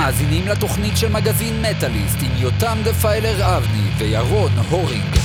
מאזינים לתוכנית של מגזין מטאליסט עם יותם דפיילר אבני וירון הורינג.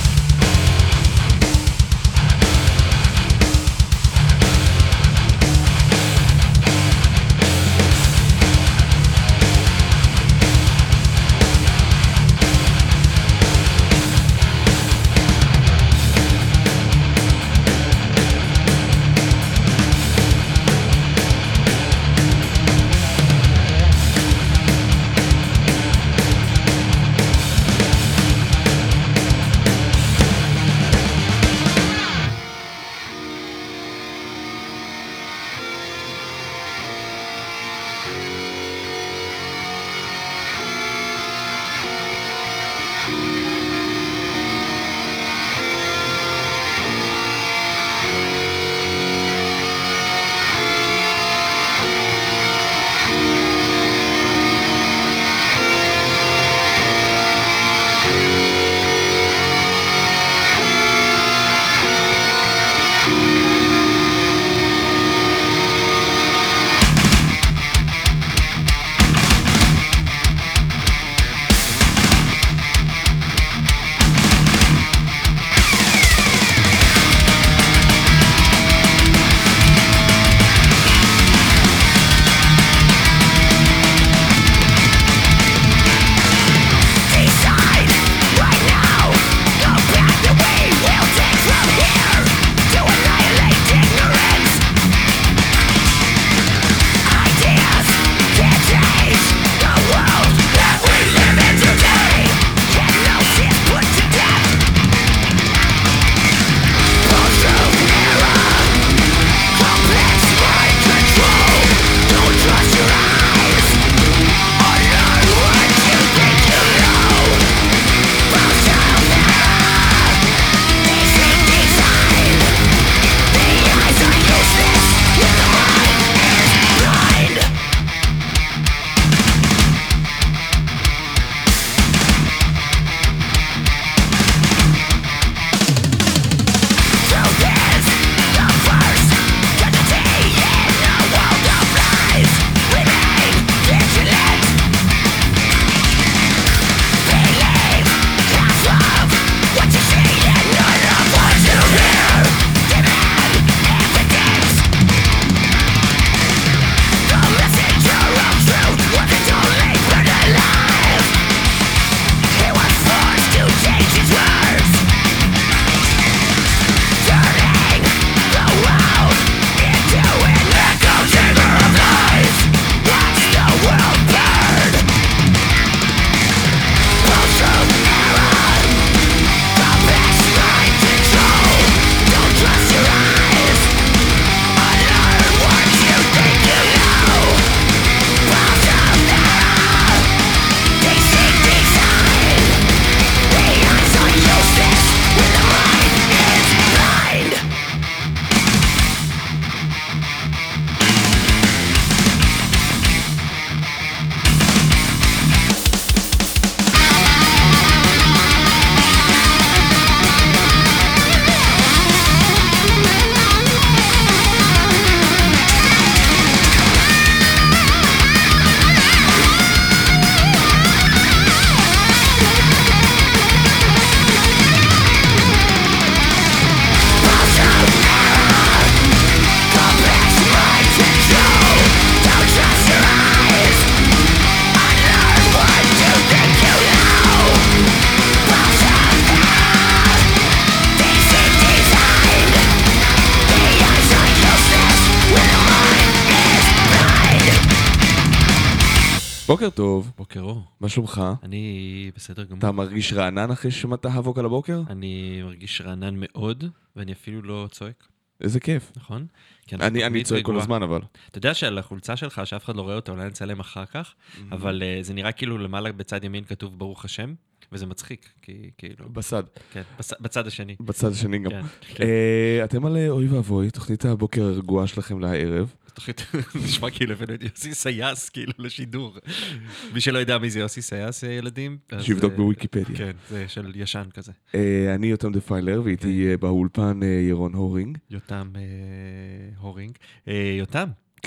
בוקר טוב. בוקר אור. מה שלומך? אני בסדר גמור. אתה מרגיש רענן אחרי ששמעת האבוק על הבוקר? אני מרגיש רענן מאוד, ואני אפילו לא צועק. איזה כיף. נכון? אני צועק כל הזמן, אבל. אתה יודע שעל החולצה שלך, שאף אחד לא רואה אותה, אולי נצלם אחר כך, אבל זה נראה כאילו למעלה בצד ימין כתוב ברוך השם, וזה מצחיק, כי כאילו... בסד. כן, בצד השני. בצד השני גם. כן. אתם על אוי ואבוי, תוכנית הבוקר הרגועה שלכם לערב. נשמע כאילו הבאנו את יוסי סייס, כאילו, לשידור. מי שלא יודע מי זה יוסי סייס, ילדים. שיבדוק בוויקיפדיה. כן, זה של ישן כזה. אני יותם דפיילר, ואיתי באולפן ירון הורינג. יותם הורינג. יותם, כן.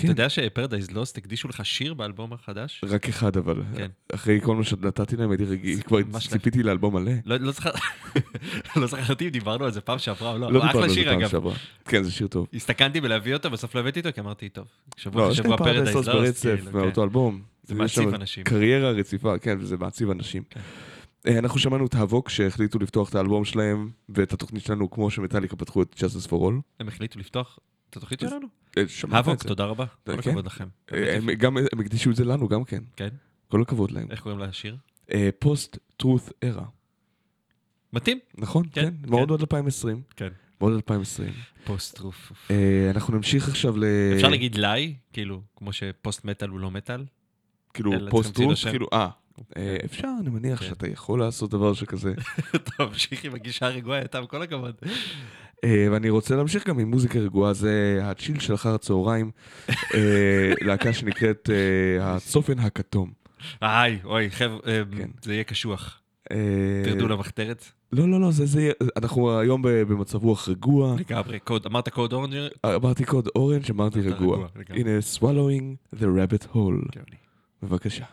אתה יודע שפרדייז לוסט הקדישו לך שיר באלבום החדש? רק אחד אבל. כן. אחרי כל מה שנתתי להם, הייתי רגיל, כבר ציפיתי לאלבום מלא. לא זכרתי אם דיברנו על זה פעם שעברה או לא. לא דיברנו על זה פעם שעברה. כן, זה שיר טוב. הסתכנתי בלהביא אותו, בסוף לא הבאתי אותו, כי אמרתי, טוב, לא, יש שבוע להם פרדייז פרדייז לוסט. ברצף מאותו אלבום. זה מעציב אנשים. קריירה רציפה, כן, וזה מעציב אנשים. אנחנו שמענו את האבוק שהחליטו לפתוח את האלבום שלהם ואת התוכנית שלנו כמו שמטאליקה פתחו את Justice for All. הם החליטו לפתוח את התוכנית שלנו? האבוק, תודה רבה. כל הכבוד לכם. הם הקדישו את זה לנו גם כן. כן? כל הכבוד להם. איך קוראים לשיר? Post-Truth Era. מתאים? נכון, כן. מאוד עוד 2020. כן. מאוד 2020. פוסט-טרוף. אנחנו נמשיך עכשיו אפשר להגיד לי, כאילו, כמו שפוסט-מטל הוא לא מטל? כאילו פוסט-טרוף, כאילו, אפשר, אני מניח שאתה יכול לעשות דבר שכזה. טוב, המשיך עם הגישה הרגועה, איתם, כל הכבוד. ואני רוצה להמשיך גם עם מוזיקה רגועה, זה הצ'יל של אחר הצהריים, להקה שנקראת הצופן הכתום. אוי, חבר'ה, זה יהיה קשוח. תרדו למחתרת? לא, אנחנו היום במצב רוח רגוע. לגמרי, אמרת קוד אורנג'? אמרתי קוד אורנג', אמרתי רגוע. הנה, swallowing the rabbit hole. בבקשה.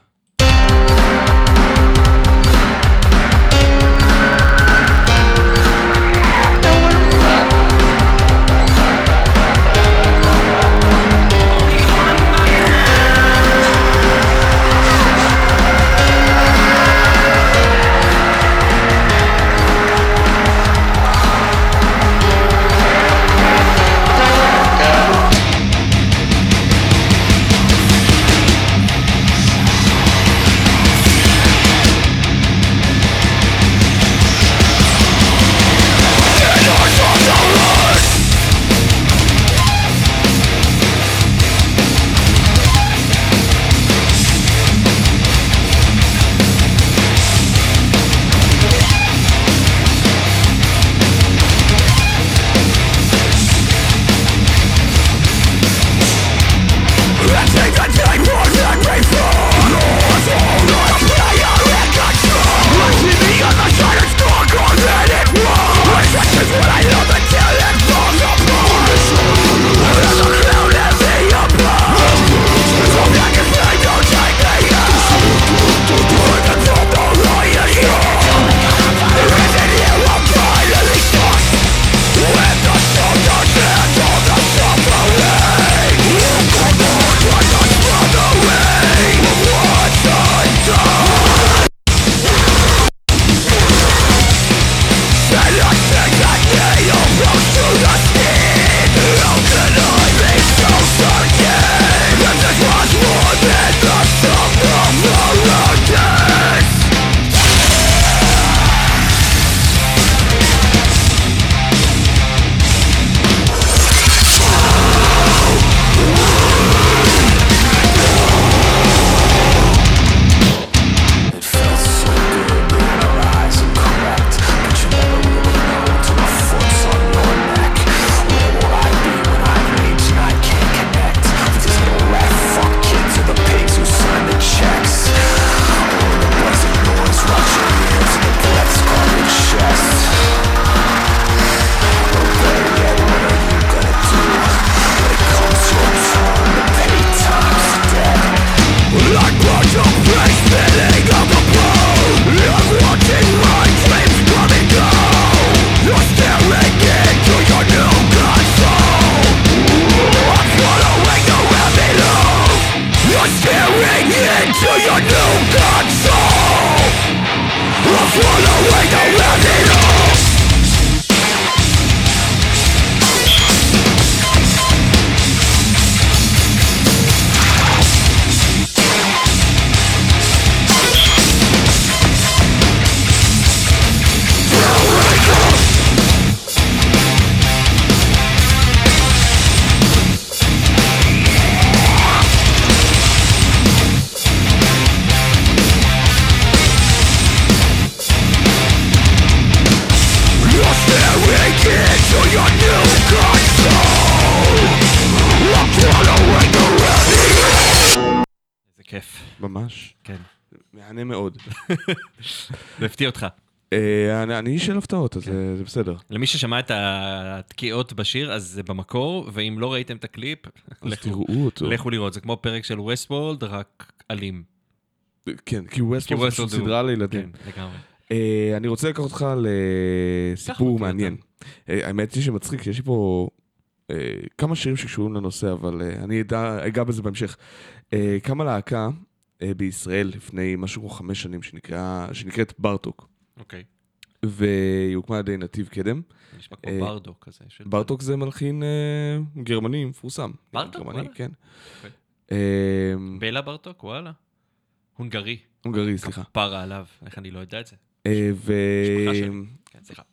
ממש. כן. מהנה מאוד. להפתיע אותך. אני של הפתעות, אז זה בסדר. למי ששמע את התקיעות בשיר, אז זה במקור, ואם לא ראיתם את הקליפ, אז תראו אותו. לכו לראות, זה כמו פרק של ווסטוורלד, רק אלים. כן, כי ווסטוורלד זה סדרה לילדים. כן, לגמרי. אני רוצה לקחת אותך לסיפור מעניין. האמת היא שמצחיק, שיש לי פה כמה שירים שקשורים לנושא, אבל אני אגע בזה בהמשך. קמה להקה בישראל לפני משהו כמו 5 שנים, שנקראת ברטוק. אוקיי. והיא הוקמה על ידי נתיב קדם. נשמע כמו ברדוק כזה. ברטוק זה מלחין גרמני מפורסם. ברטוק? גרמני, כן. בלה ברטוק? וואלה. הונגרי. הונגרי, סליחה. פרה עליו, איך אני לא יודע את זה. משפחה שלי. כן, סליחה.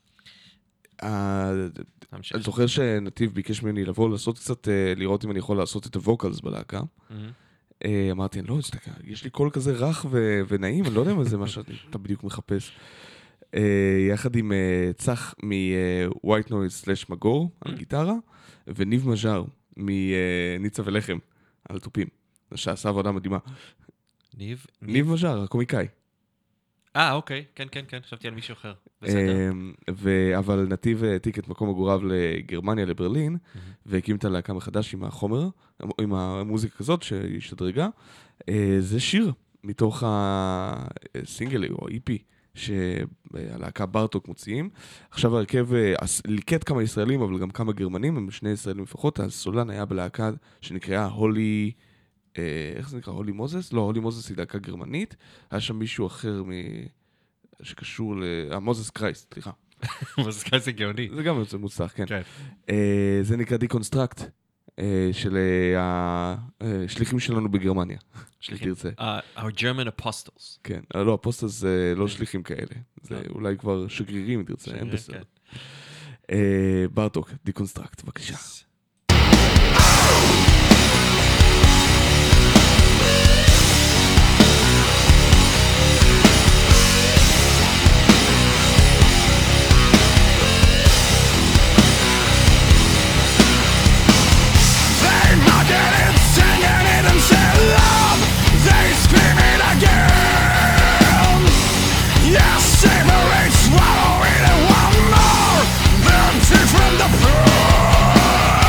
אני זוכר שנתיב ביקש ממני לבוא לעשות קצת, לראות אם אני יכול לעשות את הווקלס בלהקה. אמרתי, אני לא יודע, יש לי קול כזה רך ונעים, אני לא יודע מה זה מה שאתה בדיוק מחפש. יחד עם צח מ-White Noise/מגור על גיטרה, וניב מז'ר מניצה ולחם על תופים, שעשה עבודה מדהימה. ניב מז'ר, הקומיקאי. אוקיי, כן, חשבתי על מישהו אחר. בסדר. אבל נתיב העתיק את מקום מגוריו לגרמניה, לברלין, והקים את הלהקה מחדש עם החומר, עם המוזיקה הזאת שהשתדרגה. זה שיר מתוך הסינגל או EP שהלהקה ברטוק מוציאים. עכשיו הרכב ליקט כמה ישראלים, אבל גם כמה גרמנים, הם 2 ישראלים לפחות. הסולן היה בלהקה שנקראה הולי... איך זה נקרא? הולי מוזס? לא, הולי מוזס היא להקה גרמנית. היה שם מישהו אחר שקשור מוזס קרייסט, סליחה. מוזס קרייסט זה גאוני. זה גם יוצא מוצלח, כן. זה נקרא דיקונסטרקט של השליחים שלנו בגרמניה. שליחים. Our German apostles. כן, לא, אפוסטלס זה לא שליחים כאלה. זה אולי כבר שגרירים, תרצה, אין בסדר. ברטוק, דיקונסטרקט, בבקשה. Swallow it and one more, empty from the pool.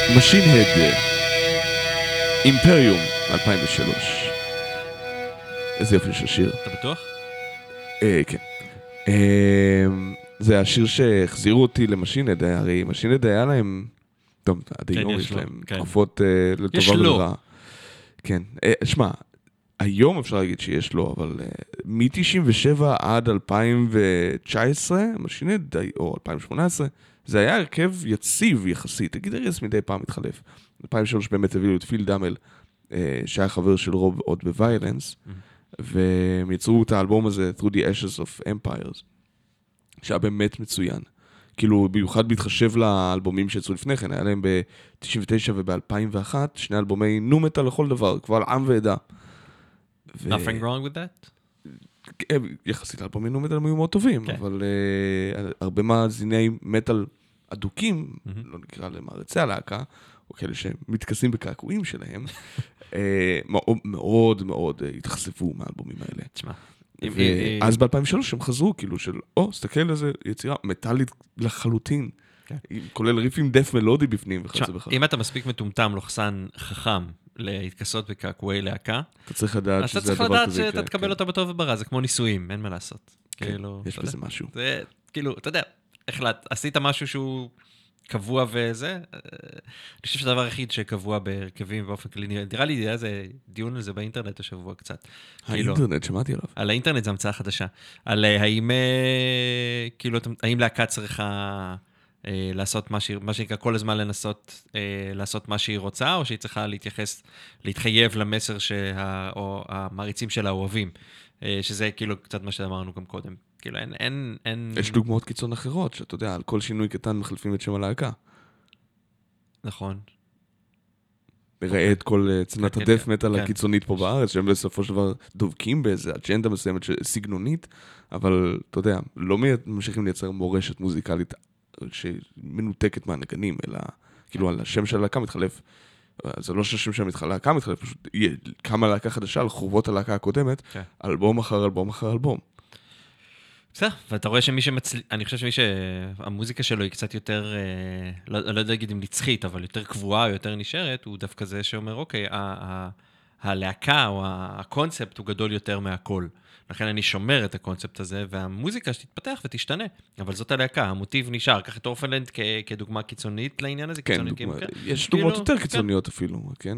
Machine Head, אימפריום, 2003. איזה יופי של שיר. אתה בטוח? כן. זה השיר שהחזירו אותי למשין הד, הרי משין הד היה להם, טוב, עד היום יש להם תקופות לטובה ולרעה. כן, שמע, היום אפשר להגיד שיש לו, אבל מ-97 עד 2019, משין הד, או 2018, זה היה הרכב יציב יחסית, הגיטריסט מדי פעם מתחלף. 2003 באמת הביאו את פיל דאמל, שהיה חבר של רוב עוד בוויילנס, והם יצרו את האלבום הזה, Through the Ashes of Empires, שהיה באמת מצוין. כאילו, במיוחד בהתחשב לאלבומים שיצאו לפני כן, היה להם ב-99 וב-2001, שני אלבומי נו מטל לכל דבר, קבל עם ועדה. Nothing wrong with that? יחסית לאלבומי נו מטל הם היו מאוד טובים, אבל הרבה מאזיני מטל אדוקים, לא נקרא למערצי הלהקה, או כאלה שמתכסים בקעקועים שלהם, מאוד מאוד התחשפו מהאלבומים האלה. תשמע. אז ב-2003 הם חזרו, כאילו של, סתכל על זה, יצירה מטלית לחלוטין, כולל ריפים דף מלודי בפנים וכזה בכך. אם אתה מספיק מטומטם, לוחסן חכם, להתכסות בקעקועי להקה, אתה צריך לדעת שזה הדבר כזה. אתה צריך לדעת שאתה תקבל אותה בטוב וברע, זה כמו ניסויים, אין מה לעשות. יש בזה משהו. זה, כאילו, אתה יודע, עשית משהו שהוא קבוע וזה, אני חושב שהדבר היחיד שקבוע בהרכבים באופן כללי, נראה לי, היה זה דיון על זה באינטרנט השבוע קצת. האינטרנט, שמעתי עליו. על האינטרנט זה המצאה חדשה. על האם להקה צריכה לעשות מה שנקרא כל הזמן לנסות לעשות מה שהיא רוצה, או שהיא צריכה להתחייב למסר או המעריצים שלה אוהבים. שזה כאילו קצת מה שאמרנו גם קודם. כאילו אין... יש דוגמאות קיצון אחרות, שאתה יודע, על כל שינוי קטן מחלפים את שם הלהקה. נכון. נראה את כל צנת הדף מטל הקיצונית פה בארץ, שהם בסופו של דבר דובקים באיזה אג'נדה מסוימת סגנונית, אבל אתה יודע, לא ממשיכים לייצר מורשת מוזיקלית שמנותקת מהנגנים, אלא כאילו על השם של הלהקה מתחלף. זה לא שהשם של הלהקה מתחלף, פשוט כמה להקה חדשה על חורבות הלהקה הקודמת, אלבום אחר אלבום אחר אלבום. בסדר, ואתה רואה אני חושב שמי שהמוזיקה שלו היא קצת יותר, לא יודע להגיד אם נצחית, אבל יותר קבועה, יותר נשארת, הוא דווקא זה שאומר, אוקיי, הלהקה או הקונספט הוא גדול יותר מהכל. לכן אני שומר את הקונספט הזה, והמוזיקה שתתפתח ותשתנה. אבל זאת הלהקה, המוטיב נשאר. קח את אורפנלנד כדוגמה קיצונית לעניין הזה. כן, יש דוגמאות יותר קיצוניות אפילו, כן?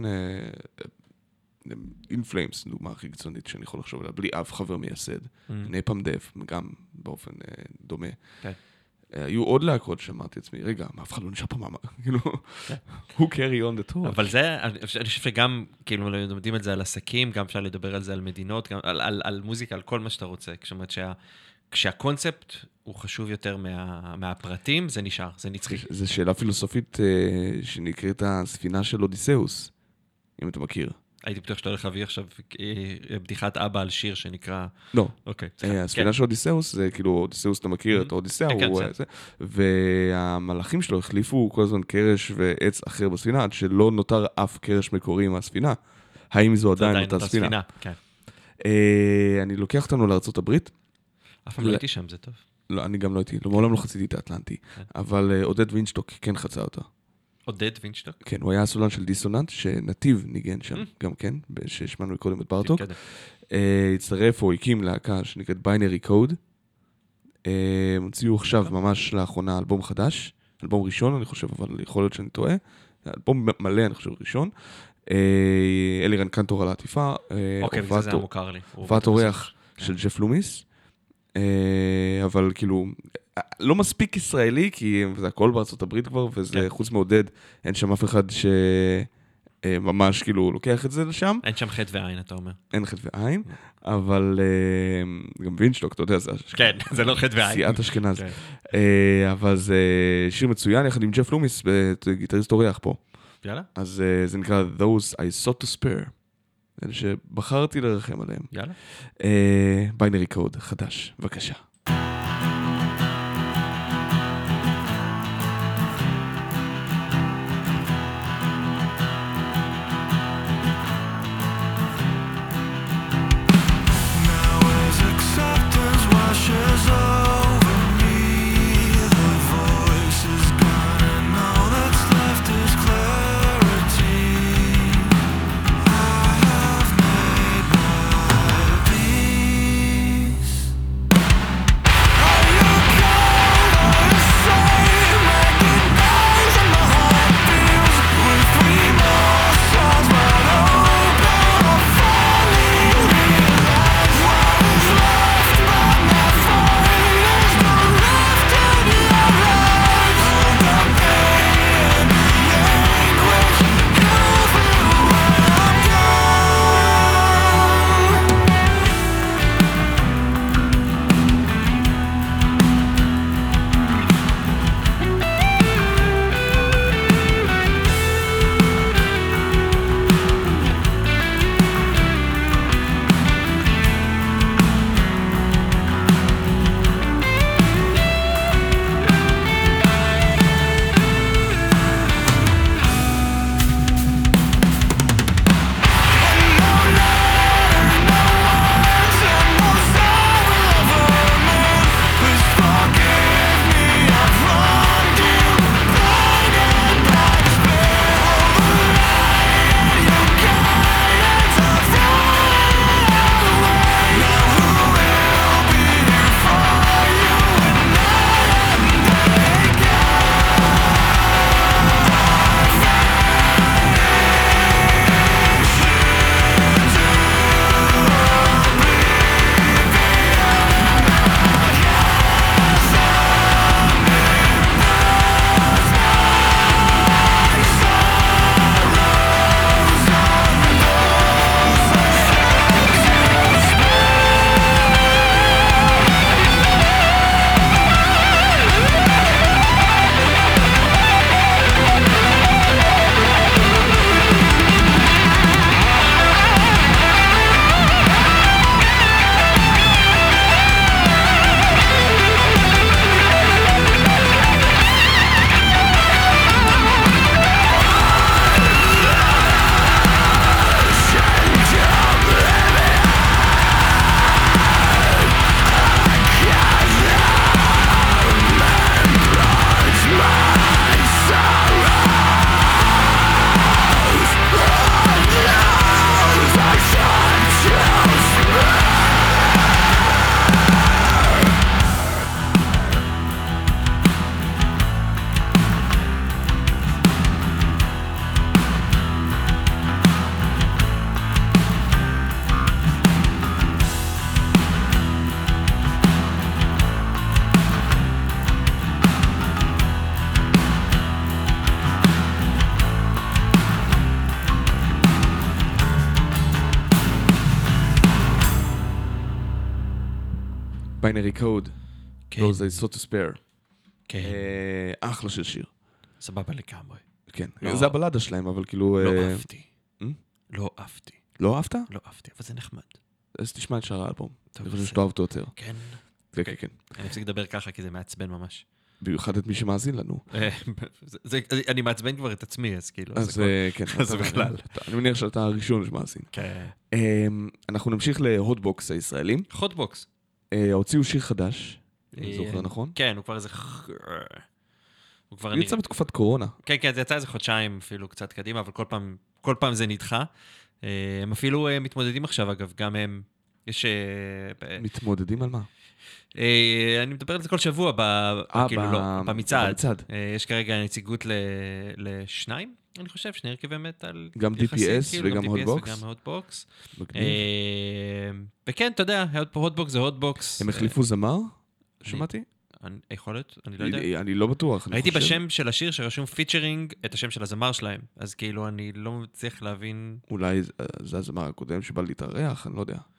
In Flames, דוגמה הכי קיצונית שאני יכול לחשוב עליה, בלי אף חבר מייסד. נפאם דף, גם באופן דומה. היו עוד להקות שאמרתי עצמי, רגע, מה אף אחד לא נשאר פה מאמר? כאילו, who carry on the torch? אבל זה, אני חושב שגם, כאילו, לומדים את זה על עסקים, גם אפשר לדבר על זה על מדינות, גם על מוזיקה, על כל מה שאתה רוצה. זאת אומרת כשהקונספט הוא חשוב יותר מהפרטים, זה נשאר, זה נצחי. זו שאלה פילוסופית שנקראת הספינה של אודיסאוס, אם אתה מכיר. הייתי בטוח שאתה הולך להביא עכשיו בדיחת אבא על שיר שנקרא... לא. אוקיי. הספינה של אודיסאוס, זה כאילו אודיסאוס, אתה מכיר את אודיסאה, והמלאכים שלו החליפו כל הזמן קרש ועץ אחר בספינה, עד שלא נותר אף קרש מקורי מהספינה. האם זו עדיין אותה ספינה? כן. אני לוקח אותנו לארצות הברית. אף פעם לא הייתי שם, זה טוב. לא, אני גם לא הייתי, מעולם לא חציתי את האטלנטי, אבל עודד וינשטוק כן חצה אותה. עודד וינשטוק? כן, הוא היה הסולן של דיסוננט, שנתיב ניגן שם, גם כן, ששמענו קודם את ברטוק. הצטרף או הקים להקה שנקראת ביינרי קוד. הוציאו עכשיו ממש לאחרונה אלבום חדש, אלבום ראשון אני חושב, אבל יכול להיות שאני טועה. אלבום מלא אני חושב ראשון. אלירן קנטור על העטיפה. אוקיי, וזה היה מוכר לי. הופעת אורח של ג'ף לומיס. אבל כאילו... לא מספיק ישראלי, כי זה הכל בארצות הברית כבר, וזה חוץ מעודד, אין שם אף אחד שממש כאילו לוקח את זה לשם. אין שם חטא ועין, אתה אומר. אין חטא ועין, אבל גם וינשטוק, אתה יודע, כן, זה לא חטא ועין. סיעת אשכנז. אבל זה שיר מצוין, יחד עם ג'ף לומיס, גיטריסט אורח פה. יאללה. אז זה נקרא Those I Sought to Spare. אלה שבחרתי לרחם עליהם. יאללה. ביינרי קוד, חדש, בבקשה. Over me, the voice is gone, and all that's left is clear. Binary Code. כן. לא, זה So to Spare. כן. אחלה של שיר. סבבה לגמרי. כן. לא. זה הבלדה שלהם, אבל כאילו... לא אהבתי. לא אהבתי. לא אהבת? לא אהבתי, אבל זה נחמד. אז תשמע את שאר האלבום. טוב, אני חושב שאתה אהבת יותר. כן. כן, כן, כן. אני אפסיק לדבר ככה, כי זה מעצבן ממש. במיוחד את מי שמאזין לנו. אני מעצבן כבר את עצמי, אז כאילו... אז כן. אז בכלל. אני מניח שאתה הראשון שמאזין. כן. אנחנו נמשיך להוטבוקס הישראלים. חוטבוקס. הוציאו שיר חדש. אני זוכר נכון? כן, הוא כבר איזה... הוא כבר... הוא יצא בתקופת קורונה. כן, כן, זה יצא איזה חודשיים אפילו קצת קדימה, אבל כל פעם זה נדחה. הם אפילו מתמודדים עכשיו, אגב, גם הם... יש... מתמודדים על מה? אני מדבר על זה כל שבוע, כאילו לא, במצעד. יש כרגע נציגות לשניים, אני חושב, שני הרכבי מטל. גם DPS וגם הוטבוקס. וגם הוטבוקס. וכן, אתה יודע, הוטבוקס זה הוטבוקס. הם החליפו זמר? שמעתי? יכול להיות, אני לא יודע. אני לא בטוח. ראיתי בשם של השיר שרשום פיצ'רינג את השם של הזמר שלהם, אז כאילו אני לא מצליח להבין... אולי זה הזמר הקודם שבא להתארח, אני לא יודע.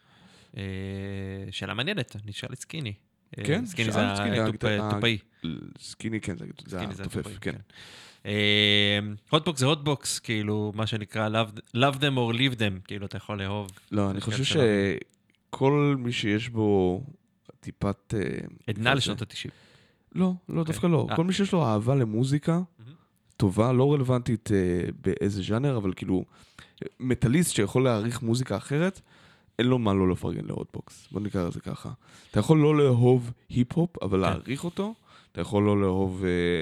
שאלה מעניינת, אני אשאל את סקיני. כן, סקיני זה הטופאי. סקיני, כן, זה התופף, כן. הוטבוקס זה הוטבוקס, כאילו, מה שנקרא love them or leave them, כאילו, אתה יכול לאהוב. לא, אני חושב שכל מי שיש בו טיפת... עדנה לשנות ה-90. לא, דווקא לא. כל מי שיש לו אהבה למוזיקה טובה, לא רלוונטית באיזה ז'אנר, אבל כאילו, מטליסט שיכול להעריך מוזיקה אחרת, אין לו מה לא לפרגן להוטבוקס. בוא נקרא את זה ככה. אתה יכול לא לאהוב היפ-הופ, אבל להעריך אותו. אתה יכול לא לאהוב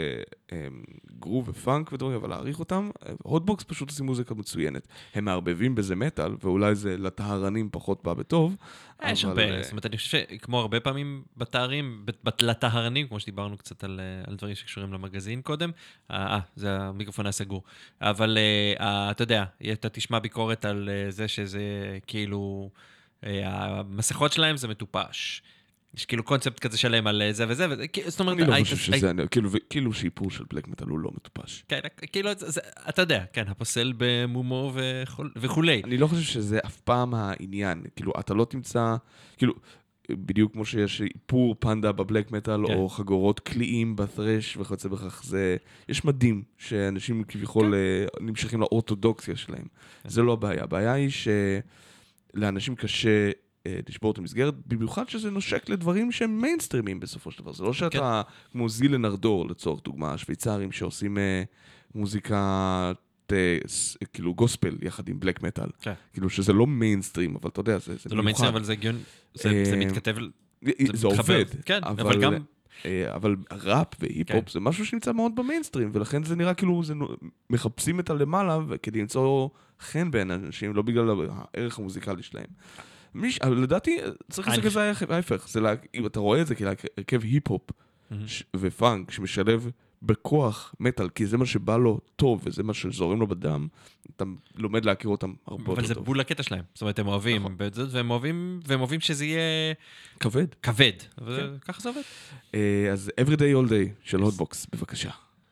גרוב ופאנק ודברים, אבל להעריך אותם. הוטבוקס פשוט עושים מוזיקה מצוינת. הם מערבבים בזה מטל, ואולי זה לטהרנים פחות בא בטוב. יש הרבה. זאת אומרת, אני חושב שכמו הרבה פעמים בתארים, לטהרנים, כמו שדיברנו קצת על דברים שקשורים למגזין קודם, זה המיקרופון היה סגור. אבל אתה יודע, אתה תשמע ביקורת על זה שזה כאילו, המסכות שלהם זה מטופש. יש כאילו קונספט כזה שלם על זה וזה, זאת אומרת... אני לא חושב שזה, כאילו שיפור של בלק מטל הוא לא מטופש. כן, כאילו, אתה יודע, כן, הפוסל במומו וכולי. אני לא חושב שזה אף פעם העניין, כאילו, אתה לא תמצא, כאילו, בדיוק כמו שיש איפור פנדה בבלק מטל, או חגורות קליעים בת'רש וכיוצא בכך, יש מדים שאנשים כביכול נמשכים לאורתודוקסיה שלהם. זה לא הבעיה. הבעיה היא שלאנשים קשה... לשבור את המסגרת, במיוחד שזה נושק לדברים שהם מיינסטרימים בסופו של דבר. זה לא שאתה כמו זילן ארדור, לצורך דוגמה, השוויצרים שעושים מוזיקה, כאילו גוספל יחד עם בלק מטל. כאילו שזה לא מיינסטרים, אבל אתה יודע, זה מיוחד. זה לא מיינסטרים, אבל זה הגיון, זה מתכתב... זה עובד. כן, אבל גם... אבל ראפ והיפ-הופ זה משהו שנמצא מאוד במיינסטרים, ולכן זה נראה כאילו מחפשים את הלמעלה כדי למצוא חן בין אנשים, לא בגלל הערך המוזיקלי שלהם. לדעתי, צריך לזה כזה ההפך. אם אתה רואה את זה כהרכב היפ-הופ ופאנק שמשלב בכוח מטל, כי זה מה שבא לו טוב וזה מה שזורם לו בדם, אתה לומד להכיר אותם הרבה יותר טוב. אבל זה בול לקטע שלהם. זאת אומרת, הם אוהבים, והם אוהבים שזה יהיה... כבד. כבד. וככה זה עובד. אז Everyday All Day של הוטבוקס, בבקשה.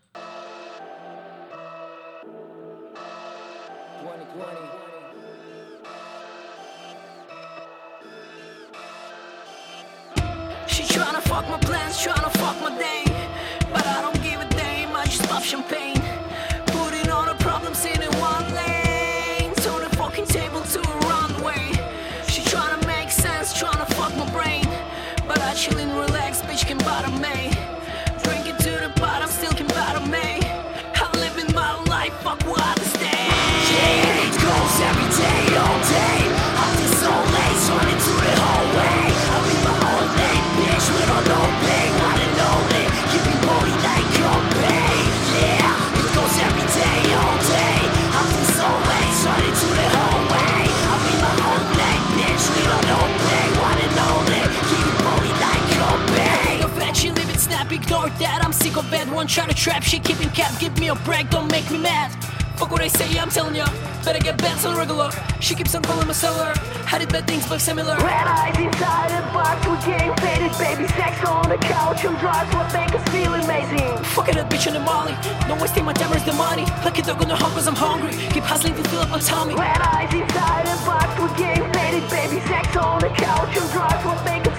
Fuck my plans, tryna fuck my day. But I don't give a damn, I just pop champagne. Putting all the problems in one lane. Turn the fucking table to a runway. She tryna make sense, tryna fuck my brain. But I chill and relax, bitch can bottom me. Drink it to the bottom, still can bottom me. I'm living my life, fuck what I stay. Yeah, it goes every day, all day. I'm just so late, running to the hallway. I'll be my own lane, bitch, we don't know pay. Wanna know it, keep me body like your pay. Yeah, it goes every day, all day. I'm just so late, running to the hallway. I'll be my own lane, bitch, we don't know pay. Wanna know it, keep me body like your pay. Yo, fat, she live it, snap, ignore that. I'm sick of bad one, try to trap, she keeping cap. Give me a break, don't make me mad. Fuck what I say, I'm telling ya. Better get bands on regular. She keeps on calling my seller. I did bad things but similar. Red eyes inside a box with game faded. Baby sex on the couch and drugs what make us feel amazing. Fucking that bitch in the molly. No wasting my time, where's the money? Like a dog on the hog cause I'm hungry. Keep hustling to fill up my tummy. Red eyes inside a box with game faded. Baby sex on the couch and drugs what make us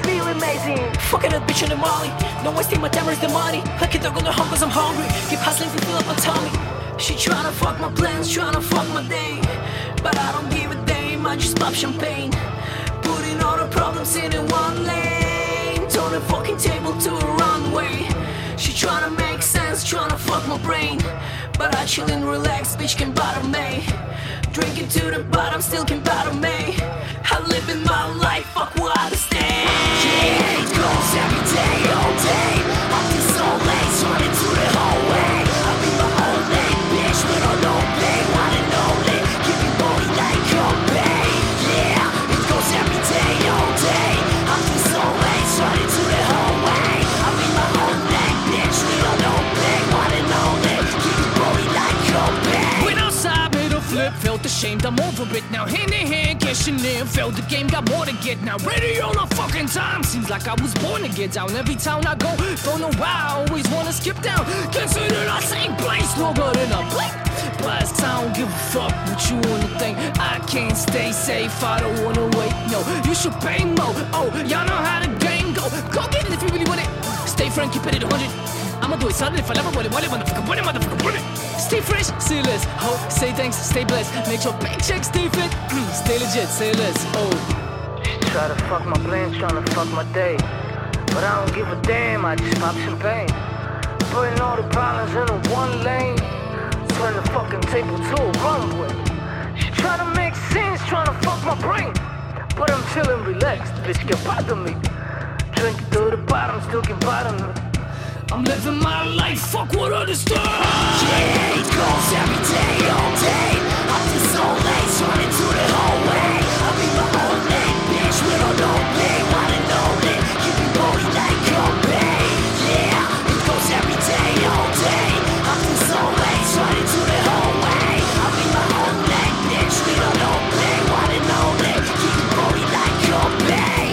feel amazing. Fucking that bitch in the molly. No wasting my time, where's the money? I can't talk on the home cause I'm hungry. Keep hustling to fill up my tummy. She tryna fuck my plans, tryna fuck my day. But I don't give a damn, I just pop champagne. Putting all the problems in one lane. Turn the fucking table to a runway. She tryna make sense, tryna fuck my brain. But I chill and relax, bitch can bother me. Drinking to the bottom, still can bother me. I live in my life, fuck what I stand. Yeah, it goes every day, all day. I'm just so late, running to the hallway. I'm in my own lane, bitch, we don't know play. Wanna know it, keep it going like a bay. Yeah, it goes every day, all day. I'm just so late, running to the hallway. I'm in my own lane, bitch, we don't know play. Wanna know it, keep it going like a bay. Went outside, made a flip, felt ashamed, I'm over it now. Hand in hand, cashing in, felt the game, got more to get now. Ready all the fucking time, seems like I was born to get down. Every town I go, don't know why, I always wanna skip down. Consider the same place, no good in a blink. Plus, I don't give a fuck what you wanna think. I can't stay safe, I don't wanna wait, no. You should pay more, oh, y'all know how the game go. Go get it if you really want it. Stay frank, keep it at 100. I'ma do it solid if I never want it, motherfucker, want it. Stay fresh, say less, ho, say thanks, stay blessed. Make sure paycheck stay fit, stay legit, say less, oh. She try to fuck my plans, tryna fuck my day. But I don't give a damn, I just pop champagne. Putting all the problems in one lane. Turn the fucking table to a runway. She try to make sense, tryna fuck my brain. But I'm chillin', relaxed, bitch can bother me. Drinking to the bottom, still can bother me. I'm living my life, fuck what others do. Yeah, it goes every day, all day. I'm just so late, running to the hallway. I'm in my own lane, bitch, we don't know play. Wanna know it, keep it going like a bay. Yeah, it goes every day, all day. I'm just so late, running to the hallway. I'm in my own lane, bitch, we don't know play. Wanna know it, keep it going like a bay.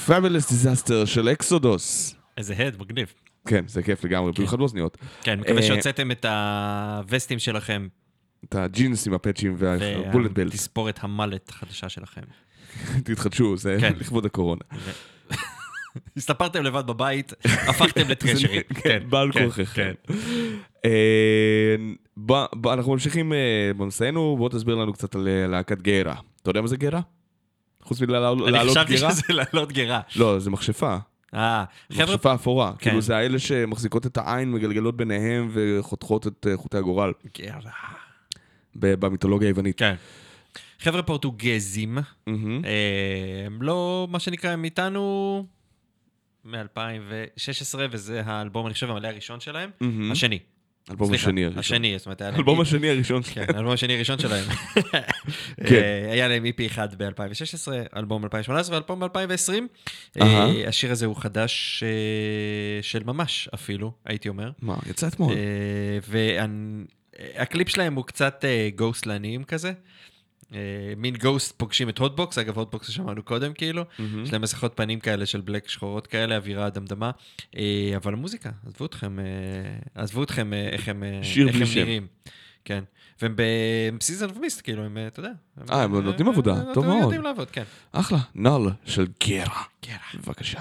Fabulous Disaster של אקסודוס. איזה הד, מגניב. כן, זה כיף לגמרי, במיוחד באוזניות. כן, מקווה שהוצאתם את הווסטים שלכם. את הג'ינס עם הפאצ'ים והבולט בלט. והתספורת המלט החדשה שלכם. תתחדשו, זה לכבוד הקורונה. הסתפרתם לבד בבית, הפכתם לטרשרים. כן, בעל כוחכם. אנחנו ממשיכים במסענו, בוא תסביר לנו קצת על להקת גרה. אתה יודע מה זה גרה? חוץ מלעלות גרה? אני חשבתי שזה לעלות גרה. לא, זה מכשפה. מכשפה אפורה. כאילו זה האלה שמחזיקות את העין, מגלגלות ביניהם וחותכות את חוטי הגורל. גרה. במיתולוגיה היוונית. כן. חבר'ה פורטוגזים, הם לא, מה שנקרא, הם איתנו מ-2016, וזה האלבום, אני חושב, המלא הראשון שלהם, השני. אלבום השני הראשון. השני, זאת אומרת, אלבום השני הראשון. כן, האלבום השני הראשון שלהם. היה להם EP אחד ב-2016, אלבום 2018 ואלבום ב-2020. השיר הזה הוא חדש של ממש אפילו, הייתי אומר. מה, יצא אתמול. והקליפ שלהם הוא קצת גוסטלניים כזה. מין גוסט פוגשים את הוטבוקס, אגב הוטבוקס שמענו קודם כאילו, יש להם מסכות פנים כאלה של בלק שחורות כאלה, אווירה דמדמה, אבל המוזיקה, עזבו אתכם איך הם נראים. כן, והם בסיזן אוף מיסט, כאילו, הם, אתה יודע. הם נותנים עבודה, טוב מאוד. הם יודעים לעבוד, כן. אחלה, נל של גרה. בבקשה.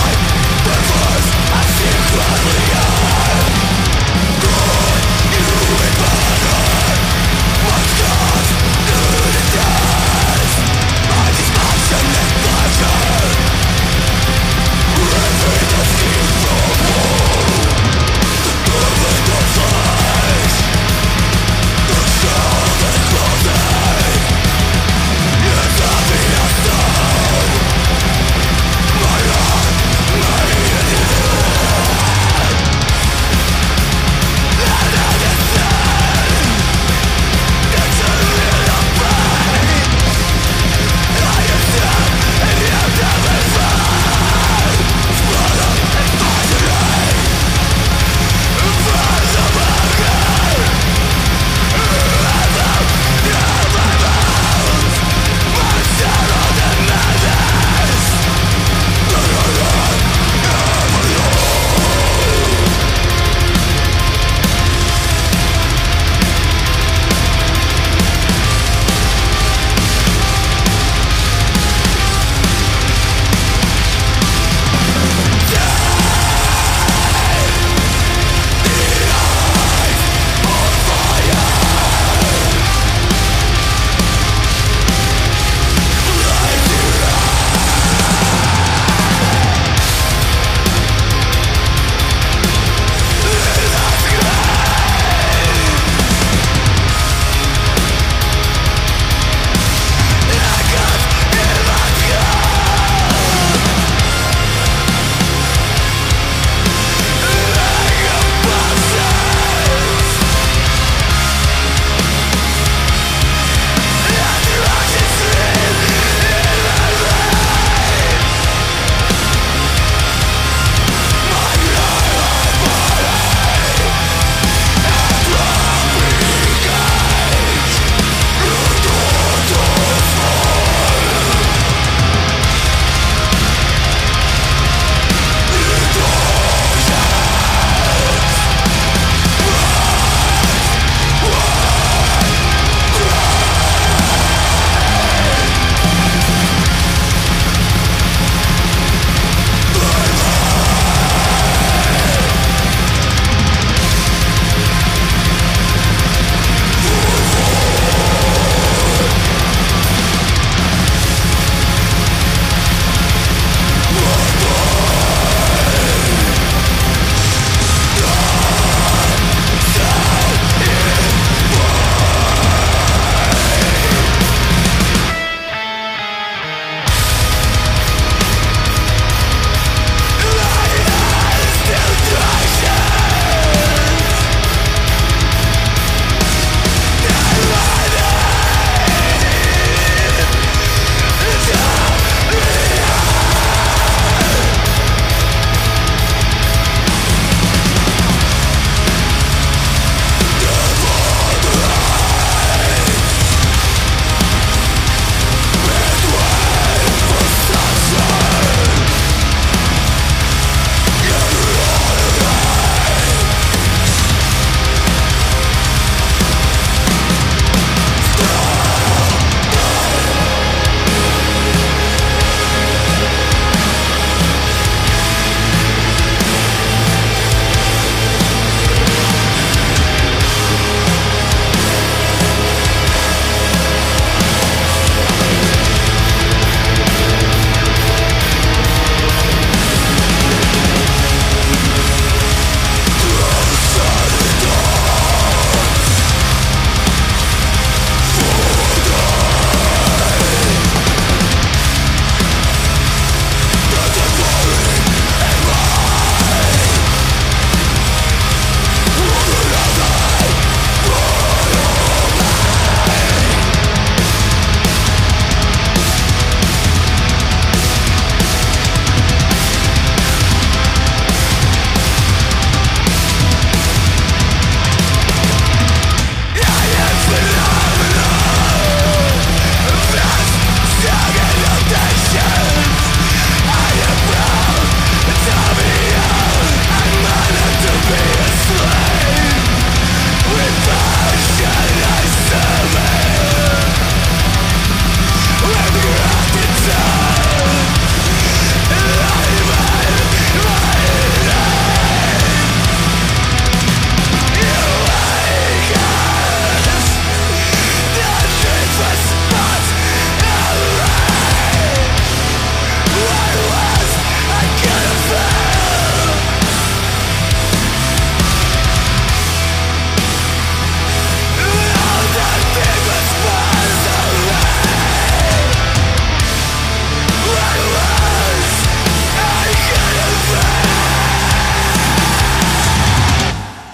You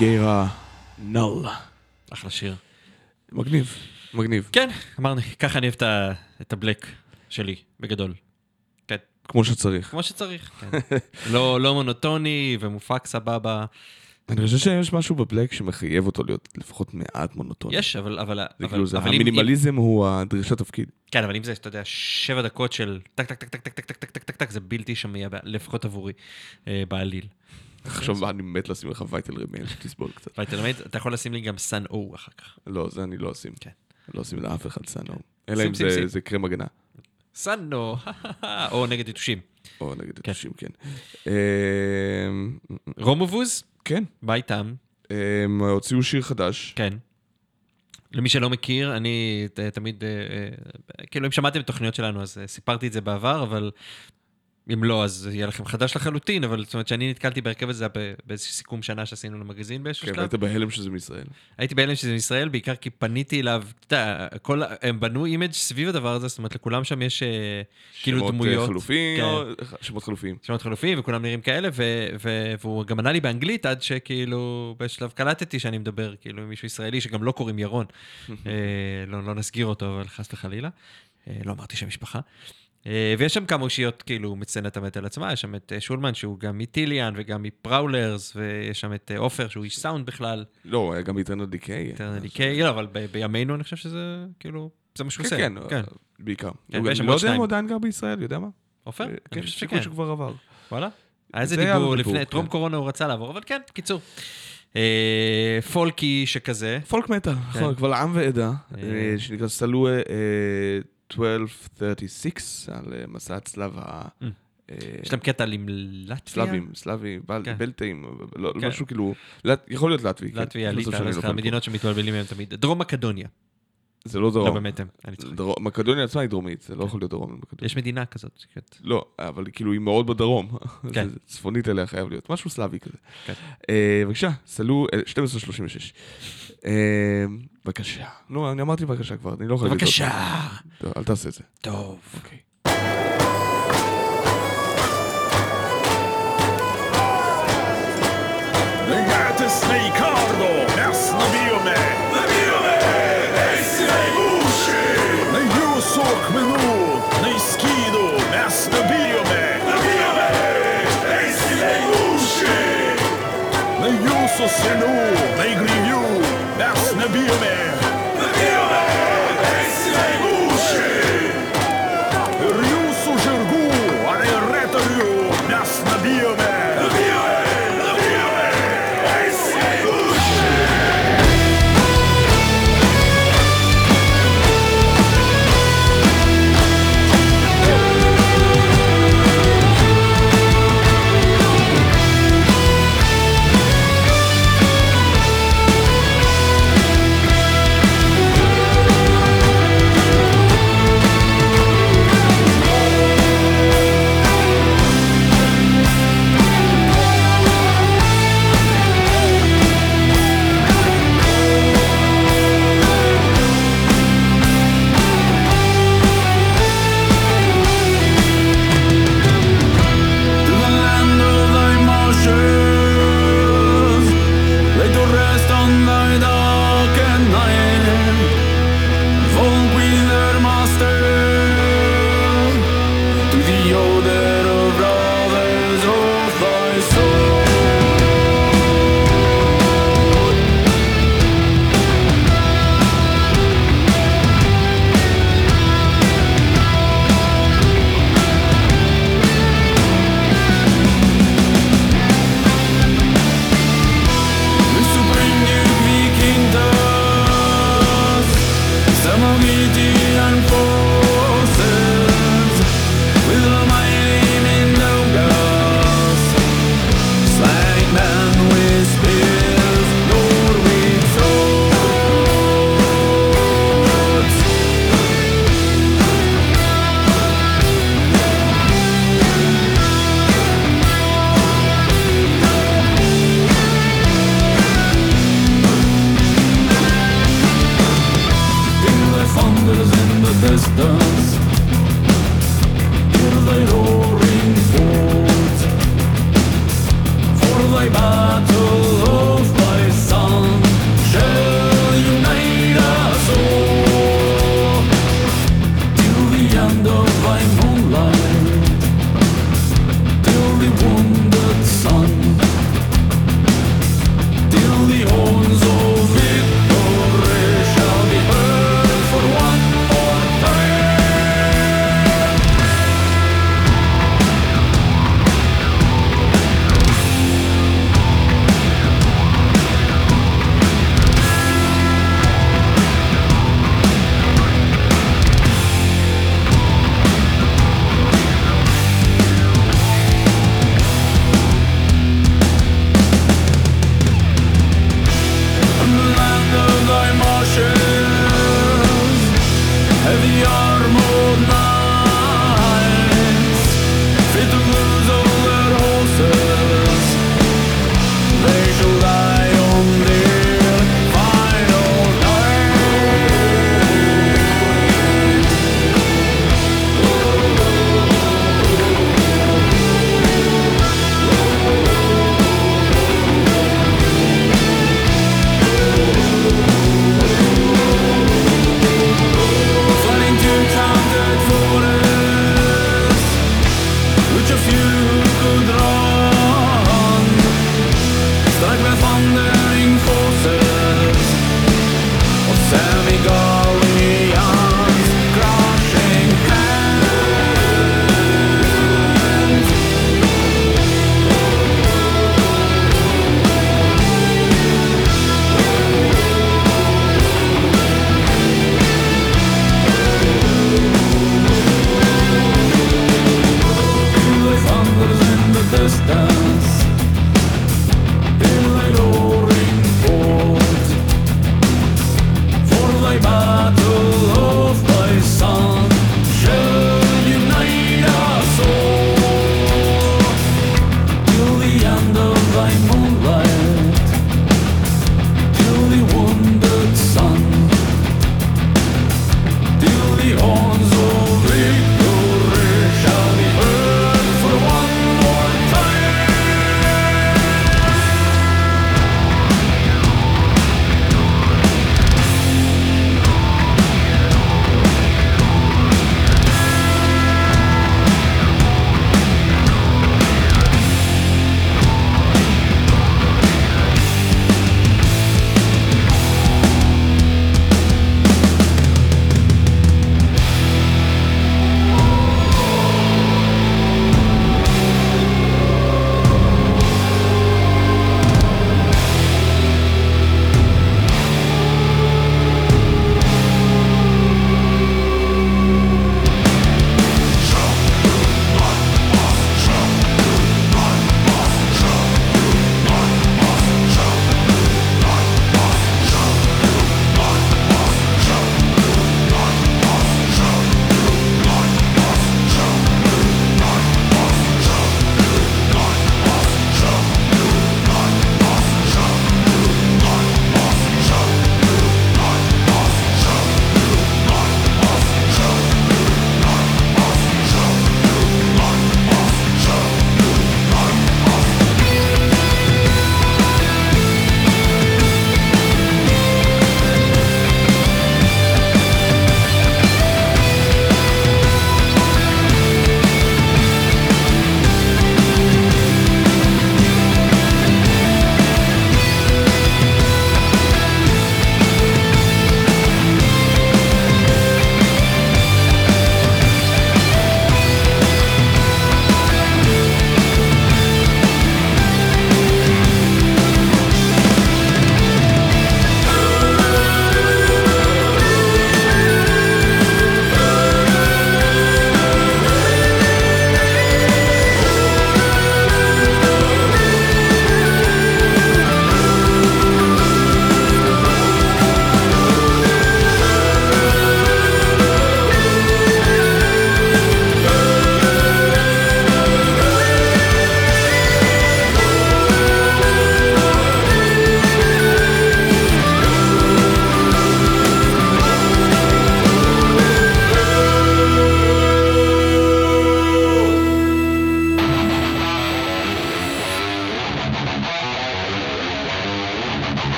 גיירה נל. אחלה שיר. מגניב, מגניב. כן, אמרנו, ככה אני אוהב את הבלק שלי, בגדול. כן. כמו שצריך. כמו שצריך, כן. לא מונוטוני ומופק סבבה. אני חושב שיש משהו בבלק שמחייב אותו להיות לפחות מעט מונוטוני. יש, אבל המינימליזם הוא הדרישת תפקיד. כן, אבל אם זה, אתה יודע, 7 דקות של טק, טק, טק, טק, טק, טק, טק, טק, טק, זה בלתי שמיע, לפחות עבורי, בעליל. עכשיו אני מת לשים לך וייטל רמיין, שתסבול קצת. וייטל רמיין, אתה יכול לשים לי גם סן או אחר כך. לא, זה אני לא אשים. כן. לא אשים לאף אחד סן או. אלא אם זה קרם הגנה. סן או, או נגד יתושים. או נגד יתושים, כן. רומובוז? כן. מה איתם? הם הוציאו שיר חדש. כן. למי שלא מכיר, אני תמיד, כאילו אם שמעתם את התוכניות שלנו, אז סיפרתי את זה בעבר, אבל אם לא, אז יהיה לכם חדש לחלוטין, אבל זאת אומרת שאני נתקלתי בהרכב הזה באיזשהו סיכום שנה שעשינו למגזין באיזשהו שלב. כן, היית בהלם שזה מישראל. הייתי בהלם שזה מישראל, בעיקר כי פניתי אליו, אתה יודע, הם בנו אימג' סביב הדבר הזה, זאת אומרת, לכולם שם יש כאילו דמויות. שמות חלופיים, שמות חלופיים. שמות חלופיים, וכולם נראים כאלה, והוא גם ענה לי באנגלית, עד שכאילו, בשלב קלטתי שאני מדבר, כאילו, עם מישהו ישראלי, שגם לא קוראים ירון. לא נסגיר אותו, אבל חס וחלילה. לא אמרתי שם משפחה. ויש שם כמה אושיות כאילו מציינת המטל עצמה, יש שם את שולמן שהוא גם מטיליאן וגם מפראולרס, ויש שם את אופר שהוא איש סאונד בכלל. לא, היה גם איטרנל דיקיי. איטרנל דיקיי, אבל בימינו אני חושב שזה כאילו, זה מה שהוא עושה. כן, בעיקר. כן, אני לא יודע אם הוא עדיין גר בישראל, יודע מה? אופר? כן, שיקול שכבר עבר. וואלה? היה איזה דיבור לפני, טרום קורונה הוא רצה לעבור, אבל כן, קיצור. פולקי שכזה. פולק מטל, נכון, כבר לעם ועדה, שנקרא סלו 1236 על מסע הצלב יש להם קטע עם לטביה? סלאבים, בלטאים, משהו כאילו, יכול להיות לטבי. לטביה, ליטא, המדינות שמתבלבלים מהם תמיד. דרום מקדוניה. זה לא דרום. לא באמת הם, אני צוחק. מקדוניה עצמה היא דרומית, זה לא יכול להיות דרום. יש מדינה כזאת. לא, אבל כאילו היא מאוד בדרום. צפונית אליה חייב להיות, משהו סלאבי כזה. בבקשה, סלו 1236. בבקשה. לא, אני אמרתי בבקשה כבר, אני לא יכול להגיד. בבקשה. אל תעשה את זה. טוב. אוקיי. Legate Snejkardo, jasno bio me. Nabio me, esi najmuši. Na jusok minut, na iskidu, jasno bio me. Nabio me, esi najmuši. Na juso senu, na igrivju, jasno bio me. Nabio me, esi najmuši. Rjusu žirgu, a ne retorju, jasno bio me. Nabio me. Battle of my the armored knights fit the wounds of their horses. They shall lie on their final night. Fighting to conquered fortress, which a few could run. Strike with thundering forces of semi-Galileans, crushing hands. They thunders in the distance, in thy roaring port, for thy battle of thy son shall unite us all, till the end of thy moonlight, till the wounded sun, till the horns of victory shall be heard for one more time.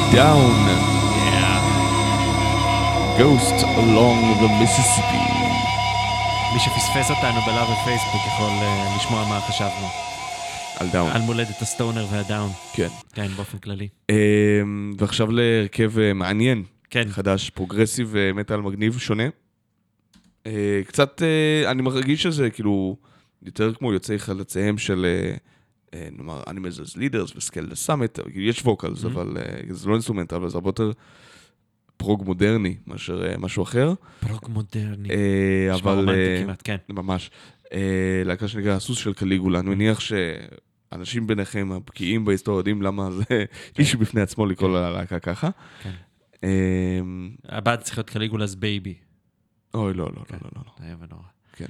Down. Ghost along the Mississippi. מי שפספס אותנו בלייב בפייסבוק יכול לשמוע מה חשבנו. על דאון. על מולדת הסטונר והדאון. כן. כן, באופן כללי. ועכשיו להרכב מעניין. כן. חדש, פרוגרסיב מטל מגניב, שונה. קצת, אני מרגיש שזה כאילו יותר כמו יוצאי חלציהם של נאמר Animals as Leaders וסקל דה סאמט, יש ווקלס, אבל זה לא אינסטרומנט, אבל זה הרבה יותר פרוג מודרני מאשר משהו אחר. פרוג מודרני. אבל רומנטי כמעט, כן. ממש. להקה שנקרא הסוס של קליגולה, אני מניח שאנשים ביניכם הבקיאים בהיסטוריה יודעים למה זה איש בפני עצמו לקרוא ללהקה ככה. כן. הבא צריך להיות קליגולס בייבי. אוי, לא. זה היה ונורא. כן.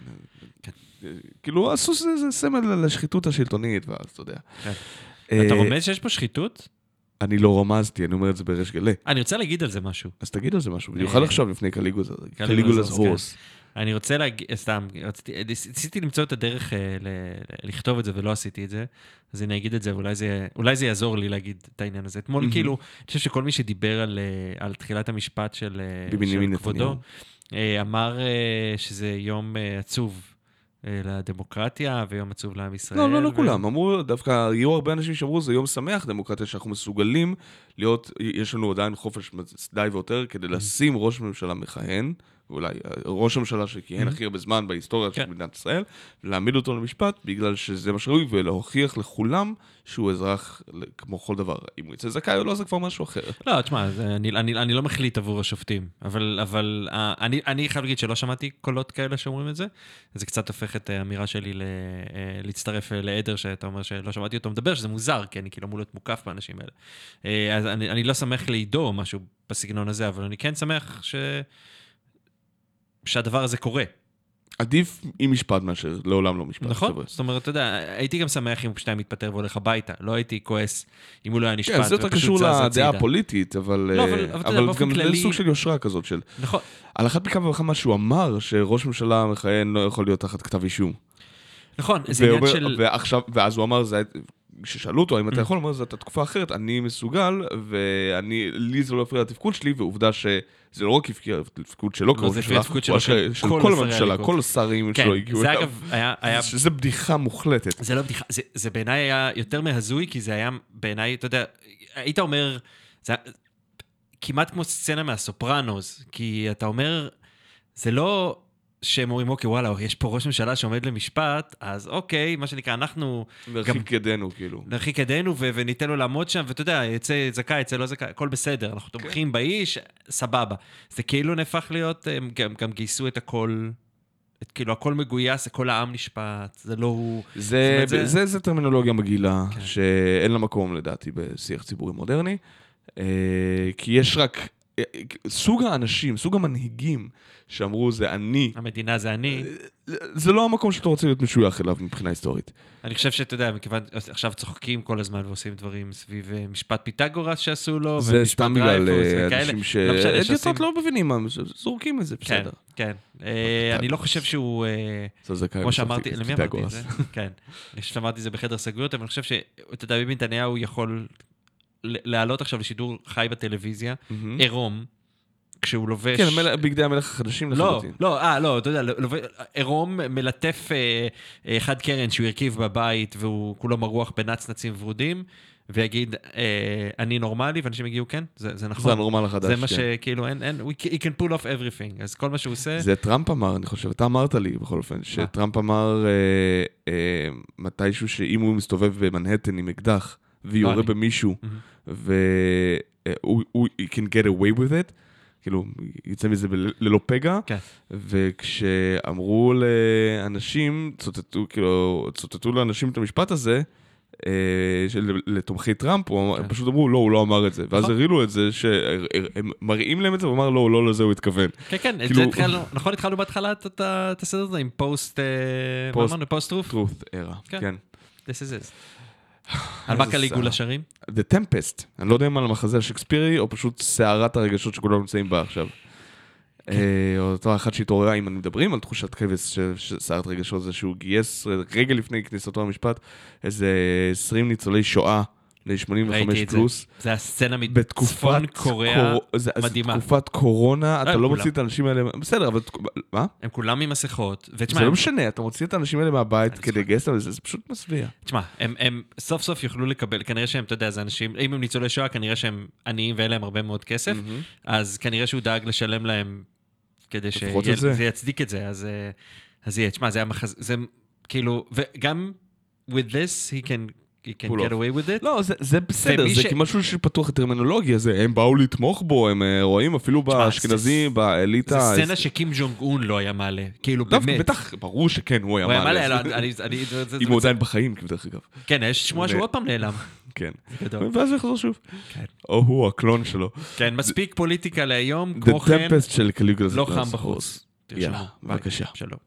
כאילו, הסוס זה סמל לשחיתות השלטונית, ואז אתה יודע. אתה רומז שיש פה שחיתות? אני לא רמזתי, אני אומר את זה בריש גלי. אני רוצה להגיד על זה משהו. אז תגיד על זה משהו, במיוחד עכשיו לפני קליגולס הורס. אני רוצה להגיד, סתם, ניסיתי למצוא את הדרך לכתוב את זה ולא עשיתי את זה, אז אני אגיד את זה, ואולי זה יעזור לי להגיד את העניין הזה. אתמול כאילו, אני חושב שכל מי שדיבר על תחילת המשפט של כבודו, אמר שזה יום עצוב לדמוקרטיה ויום עצוב לעם ישראל. לא כולם, אמרו, דווקא היו הרבה אנשים שאמרו, זה יום שמח דמוקרטיה, שאנחנו מסוגלים להיות, יש לנו עדיין חופש די ויותר, כדי לשים ראש ממשלה מכהן, ואולי ראש הממשלה שכיהן הכי הרבה זמן בהיסטוריה של מדינת ישראל, ולהעמיד אותו למשפט, בגלל שזה מה שראוי, ולהוכיח לכולם שהוא אזרח כמו כל דבר. אם הוא יצא זכאי או לא, זה כבר משהו אחר. לא, תשמע, אני לא מחליט עבור השופטים, אבל אני חייב להגיד שלא שמעתי קולות כאלה שאומרים את זה, זה קצת הופך את האמירה שלי להצטרף לעדר שאתה אומר שלא שמעתי אותו מדבר, שזה מוזר, כי אני כאילו אמור להיות מוקף באנשים האלה. אז אני לא שמח לידו או משהו בסגנון הזה, אבל אני כן שמח שהדבר הזה קורה. עדיף עם משפט מאשר לעולם לא משפט. נכון, זאת אומרת, אתה יודע, הייתי גם שמח אם שתיים מתפטר והולך הביתה, לא הייתי כועס אם הוא לא היה נשפט. כן, זה יותר קשור לדעה הפוליטית, אבל גם זה סוג של יושרה כזאת של... נכון. על אחת מכמה וכמה שהוא אמר שראש ממשלה מכהן לא יכול להיות תחת כתב אישום. נכון, זה עניין של... ואז הוא אמר, כששאלו אותו, אם אתה יכול לומר, זאת התקופה אחרת, אני מסוגל, לי זה לא הפריע לתפקוד שלי, ועובדה שזה לא רק התפקוד שלו, של כל הממשלה, כל השרים שלו הגיעו. זה אגב היה... שזה בדיחה מוחלטת. זה לא בדיחה, זה בעיניי היה יותר מהזוי, כי זה היה בעיניי, אתה יודע, היית אומר, זה כמעט כמו סצנה מהסופרנוס, כי אתה אומר, זה לא... שהם אומרים, אוקיי, וואלה, יש פה ראש ממשלה שעומד למשפט, אז אוקיי, מה שנקרא, אנחנו... נרחיק ידינו, כאילו. נרחיק ידינו, וניתן לו לעמוד שם, ואתה יודע, יצא זכאי, יצא לא זכאי, הכל בסדר, אנחנו תומכים באיש, סבבה. זה כאילו נהפך להיות, גם גייסו את הכל, כאילו, הכל מגויס, כל העם נשפט, זה לא הוא... זה טרמינולוגיה מגעילה, שאין לה מקום, לדעתי, בשיח ציבורי מודרני, כי יש רק... סוג האנשים, סוג המנהיגים שאמרו זה אני. המדינה זה אני. זה לא המקום שאתה רוצה להיות משוייך אליו מבחינה היסטורית. אני חושב שאתה יודע, מכיוון עכשיו צוחקים כל הזמן ועושים דברים סביב משפט פיתגורס שעשו לו. זה סתם בגלל אנשים שאדיוטות לא מבינים מה, זורקים את זה, בסדר. כן. אני לא חושב שהוא, כמו שאמרתי, למי אמרתי את זה? כן. אני חושב שאמרתי את זה בחדר סגויות, אבל אני חושב שאתה יודע, ביבי נתניהו יכול... לעלות עכשיו לשידור חי בטלוויזיה, עירום, כשהוא לובש... כן, בגדי המלך החדשים לחלוטין. לא, אתה יודע, עירום מלטף אחד קרן שהוא הרכיב בבית, והוא כולו מרוח בנצנצים ורודים, ויגיד, אני נורמלי, ואנשים יגיעו, כן, זה נכון. זה הנורמל החדש, זה מה שכאילו, he can pull off everything, אז כל מה שהוא עושה... זה טראמפ אמר, אני חושב, אתה אמרת לי בכל אופן, שטראמפ אמר מתישהו שאם הוא מסתובב במנהטן עם אקדח, ויורה במישהו, והוא can get away with it, כאילו, יצא מזה ללא פגע, וכשאמרו לאנשים, צוטטו לאנשים את המשפט הזה, לתומכי טראמפ, פשוט אמרו, לא, הוא לא אמר את זה, ואז הראילו את זה, שהם מראים להם את זה, הוא אמר, לא, לא לזה הוא התכוון. כן, כן, נכון, התחלנו בהתחלה את הסדר הזה, עם פוסט, מה אמרנו, פוסט-טרוף? טרוף ארה, כן. This is it. על מה קליגולה שרים? The Tempest. אני לא יודע אם על המחזה השקספירי, או פשוט סערת הרגשות שכולם נמצאים בה עכשיו. או אותו אחד שהתעוררה, אם מדברים על תחושת כבש של סערת רגשות, זה שהוא גייס רגע לפני כניסתו למשפט, איזה 20 ניצולי שואה ל-85 את פלוס. זה הסצנה מצפון קוריאה מדהימה. בתקופת קורונה, אתה לא כולם. מוציא את האנשים האלה, בסדר, אבל מה? הם כולם עם מסכות, ותשמע, זה לא משנה, אתה מוציא את האנשים האלה מהבית כדי לגייס אותם, זה פשוט מסביע. תשמע, הם סוף סוף יוכלו לקבל, כנראה שהם, אתה יודע, זה אנשים, אם הם ניצולי שואה, כנראה שהם עניים ואין להם הרבה מאוד כסף, אז כנראה שהוא דאג לשלם להם, כדי לפחות את זה. שזה יצדיק את זה, אז יהיה, תשמע, זה כאילו, וגם with this, he can get away with it. לא, זה בסדר, זה כי משהו שפתוח הטרמינולוגיה, הם באו לתמוך בו, הם רואים אפילו באשכנזים, באליטה. זה סצנה שקים ג'ונג און לא היה מעלה, כאילו באמת. בטח, ברור שכן, הוא היה מעלה. אם הוא עדיין בחיים, דרך אגב. כן, יש שמועה שהוא עוד פעם נעלם. כן. ואז הוא יחזור שוב. או הוא, הקלון שלו. כן, מספיק פוליטיקה להיום, כמו The כן, Tempest של קליגולה. לא חם בחוץ. יאללה, בבקשה. שלום.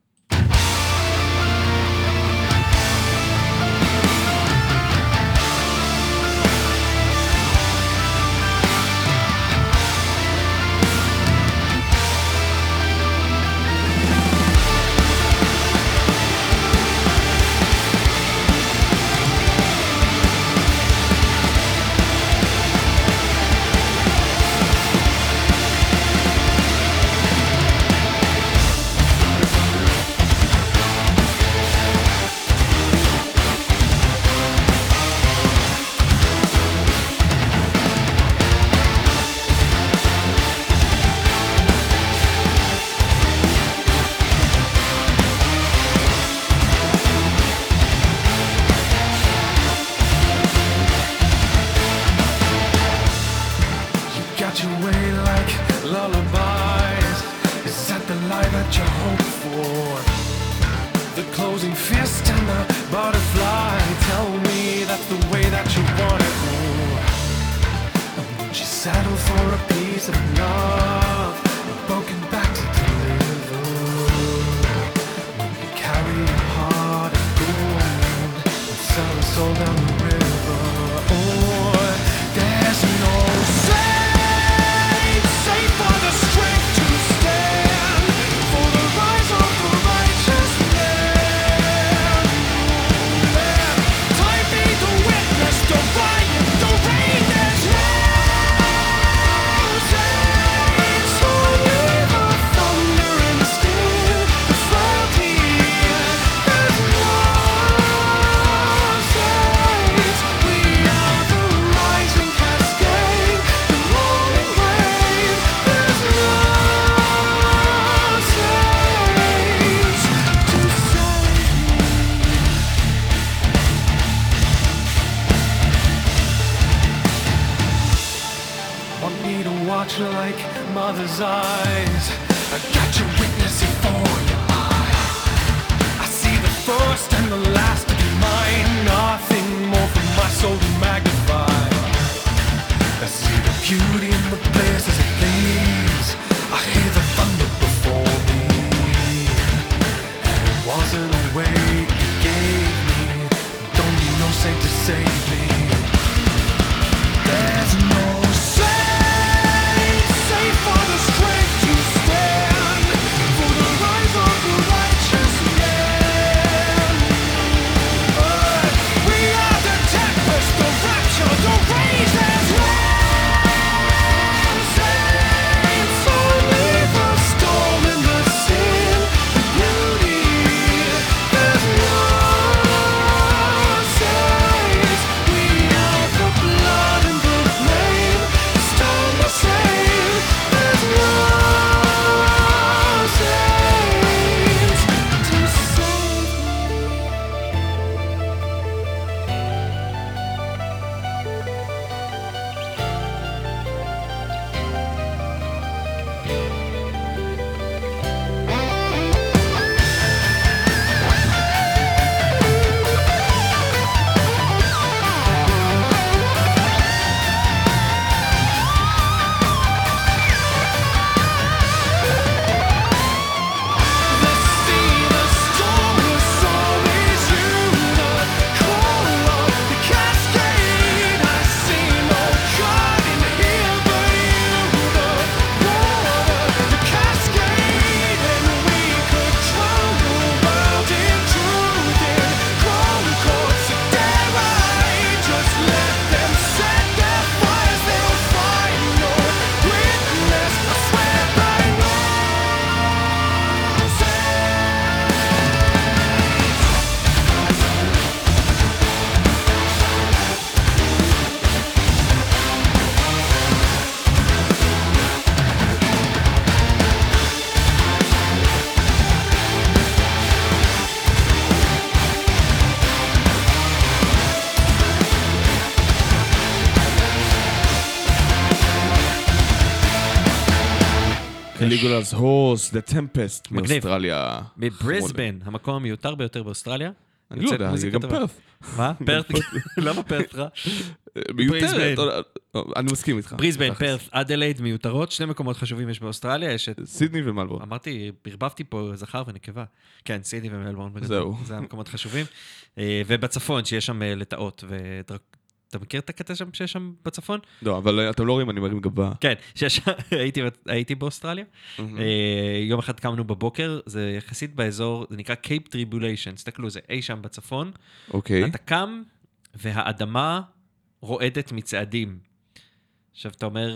קליגולס הורס, The Tempest מאוסטרליה. מבריסבן, המקום המיותר ביותר באוסטרליה. אני לא יודע, זה גם פרת'. מה? פרת'? למה פרת' רע? מיותרת, אני מסכים איתך. בריסבן, פרת', אדלייד מיותרות, 2 מקומות חשובים יש באוסטרליה, יש את... סידני ומלבורן. אמרתי, ברבבתי פה זכר ונקבה. כן, סידני ומלבורן. זהו. זה המקומות חשובים. ובצפון, שיש שם לטאות אתה מכיר את הקטע שם שיש שם בצפון? לא, אבל אתם לא רואים, אני מרים גבה. כן, הייתי באוסטרליה. יום אחד קמנו בבוקר, זה יחסית באזור, זה נקרא Cape Tribulation, תסתכלו, זה אי שם בצפון. אוקיי. אתה קם, והאדמה רועדת מצעדים. עכשיו, אתה אומר,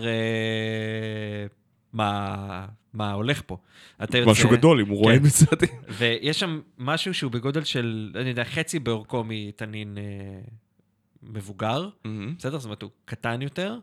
מה הולך פה? משהו גדול, אם הוא רועד מצעדים. ויש שם משהו שהוא בגודל של, אני יודע, חצי באורכו מתנין מבוגר, בסדר? זאת אומרת, הוא קטן יותר.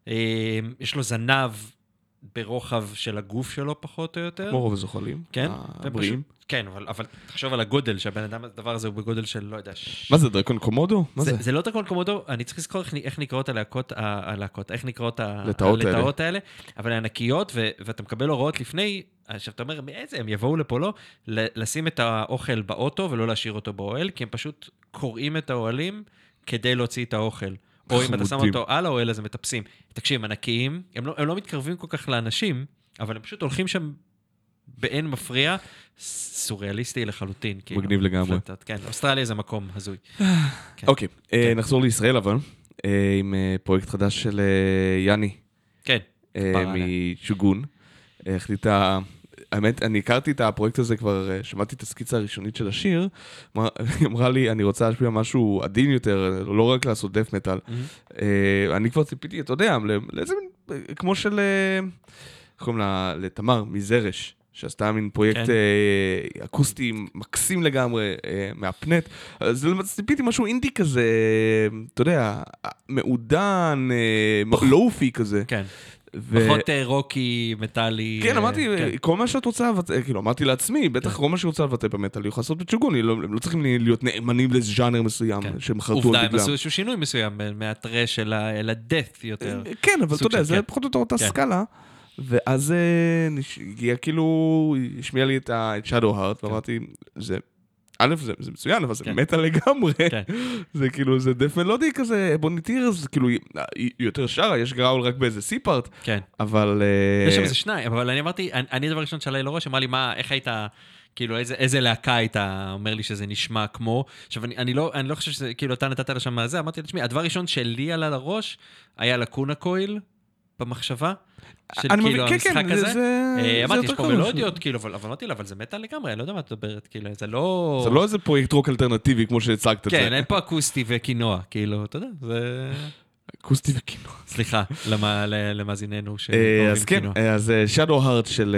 יש לו זנב ברוחב של הגוף שלו, פחות או יותר. כמו רוב הזוחלים. כן. הבריאים. כן, אבל תחשוב על הגודל, שהבן אדם, הדבר הזה הוא בגודל של, לא יודע... מה זה, דרקון קומודו? מה זה? זה לא דרקון קומודו, אני צריך לזכור איך נקראות הלהקות, איך נקראות הלטאות האלה, אבל הענקיות, ואתה מקבל הוראות לפני, עכשיו אתה אומר, מאיזה, הם יבואו לפה לא, לשים את האוכל באוטו ולא להשאיר אותו באוהל, כי הם פשוט קוראים את האוהלים כדי להוציא את האוכל. או אם אתה שם אותו על האוהל, אז הם מטפסים. תקשיב, ענקיים, הם לא מתקרבים כל כך לאנשים, אבל הם פשוט הולכים שם באין מפריע, סוריאליסטי לחלוטין. מגניב לגמרי. כן, אוסטרליה זה מקום הזוי. אוקיי, נחזור לישראל אבל, עם פרויקט חדש של יאני. כן. משוגון. החליטה... האמת, אני הכרתי את הפרויקט הזה כבר, שמעתי את הסקיצה הראשונית של השיר, היא אמרה לי, אני רוצה להשפיע משהו עדין יותר, לא רק לעשות דף מטל. אני כבר ציפיתי, אתה יודע, לאיזה מין, כמו של, קוראים לה, לתמר, מזרש, שעשתה מין פרויקט אקוסטי מקסים לגמרי, מהפנט. אז ציפיתי משהו אינדי כזה, אתה יודע, מעודן, לואופי כזה. כן. פחות רוקי, מטלי. כן, אמרתי, כל מה שאת רוצה, כאילו, אמרתי לעצמי, בטח כל מה שהיא רוצה לבטא במטל, היא יכולה לעשות בצ'וגון, הם לא צריכים להיות נאמנים לאיזה ז'אנר מסוים, שהם חרטו על בגלם. עובדה, הם עשו איזשהו שינוי מסוים, מהטרש אל הדף יותר. כן, אבל אתה יודע, זה פחות או יותר אותה סקאלה, ואז הגיע כאילו, השמיע לי את Shadow Heart, ואמרתי, א', זה מצוין, אבל זה מטה לגמרי. זה כאילו, זה דף מלודי כזה, בוניטיר, זה כאילו, היא יותר שרה, יש גראול רק באיזה סי-פארט. כן. אבל... יש שם איזה שניים, אבל אני אמרתי, אני דבר ראשון שעלי לא ראש, אמר לי, מה, איך היית, כאילו, איזה להקה היית אומר לי שזה נשמע כמו, עכשיו, אני לא חושב שזה, כאילו, אתה נתת לה שם מהזה, אמרתי לעצמי, הדבר ראשון שלי עלה לראש, היה לקונה קויל, במחשבה, של כאילו המשחק הזה. אמרתי, יש פה מלודיות, כאילו, אבל אמרתי לה, אבל זה מטה לגמרי, אני לא יודע מה את מדברת, כאילו, זה לא... זה לא איזה פרויקט רוק אלטרנטיבי, כמו שהצגת את זה. כן, אין פה אקוסטי וקינוע, כאילו, אתה יודע, זה... אקוסטי וקינוע. סליחה, למאזיננו אז כן, אז Shadow Heart של...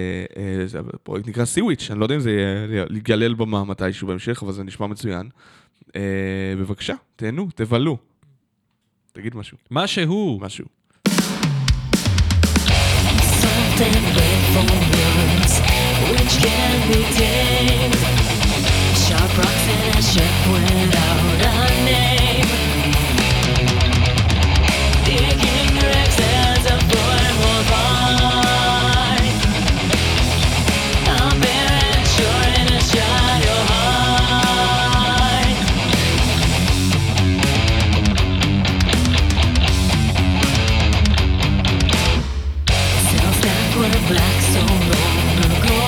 פרויקט נקרא Sea-Witch, אני לא יודע אם זה יגלל במה מתישהו בהמשך, אבל זה נשמע מצוין. בבקשה, תהנו, תבלו. תגיד משהו. משהו. Something with words which can be tamed. Sharp rocks in a ship without a name. Digging wrecks as a boy will find. I'm buried sure in a shadow hide. Cells that were black so long ago.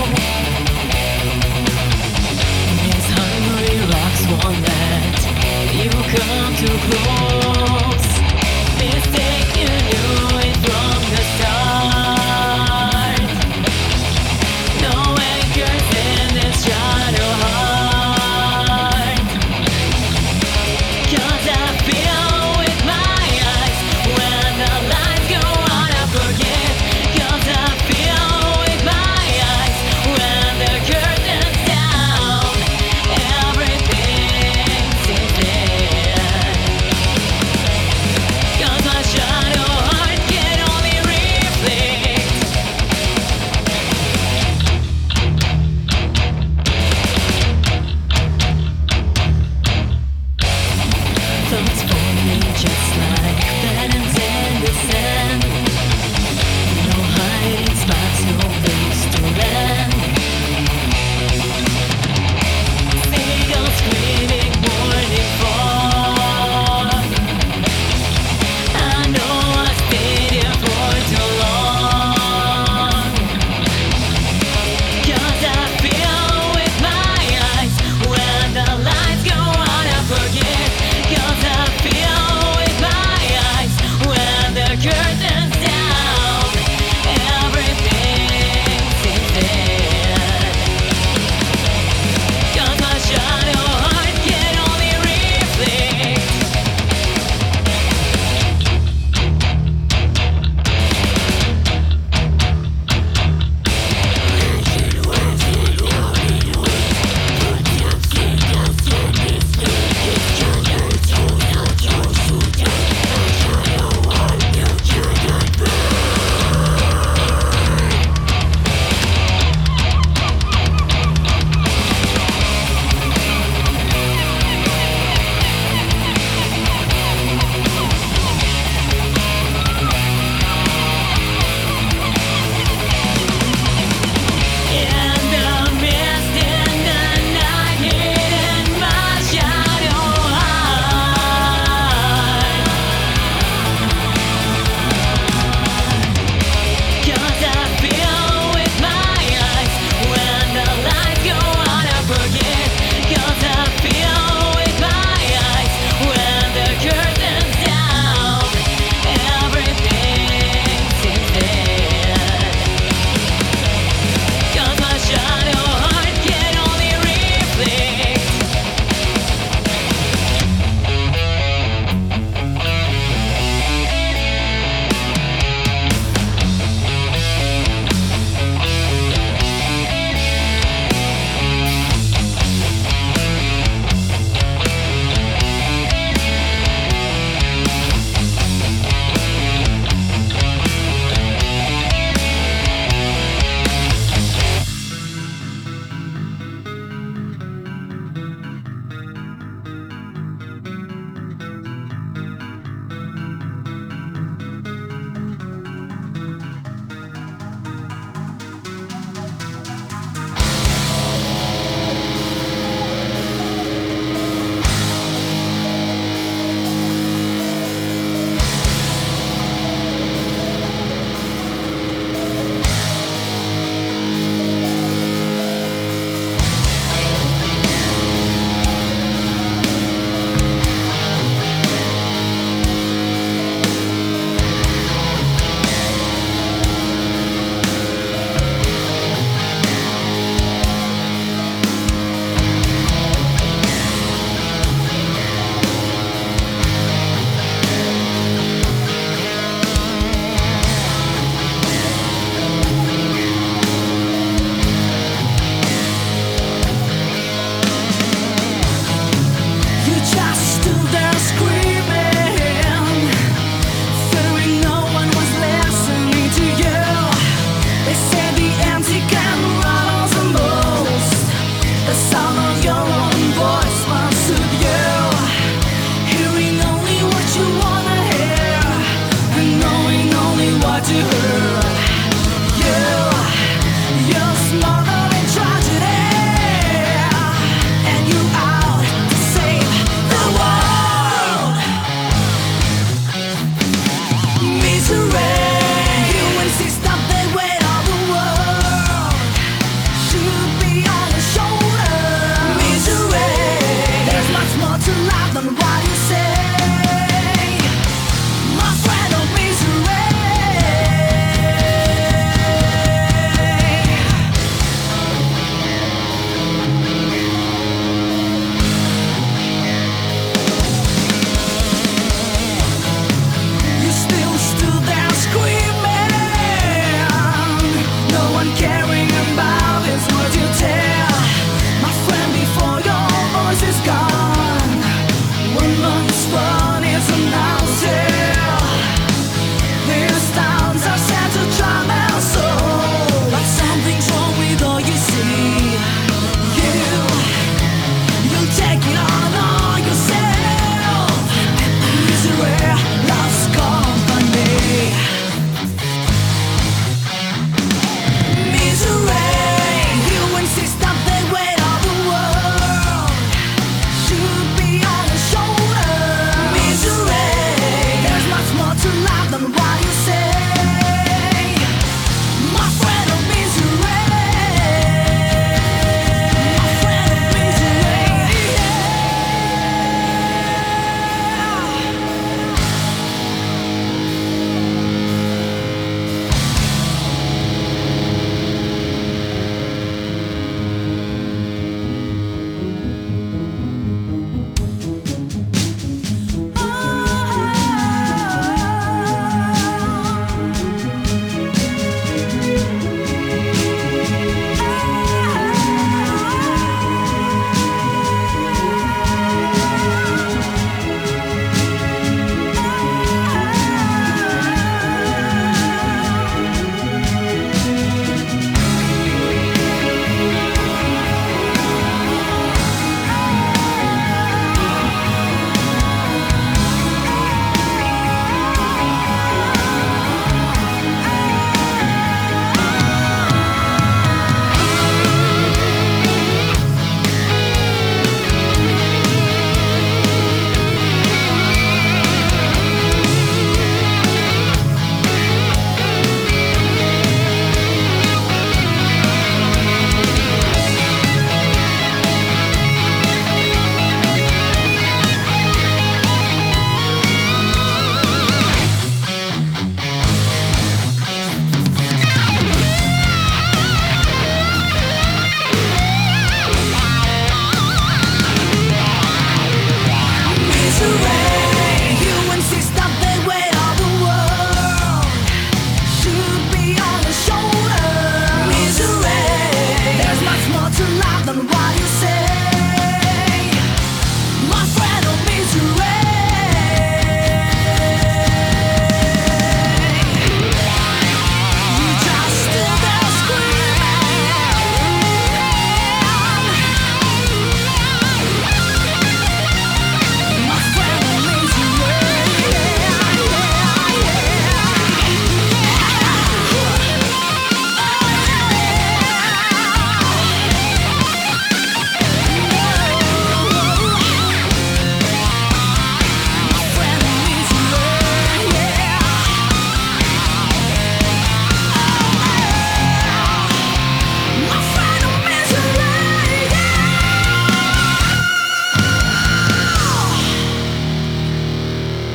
These hungry rocks won't let you come too close. Mistake you knew it from the start. No anchors in this shadow heart. 'Cause I feel with my eyes when the lights go on I forget. 'Cause I feel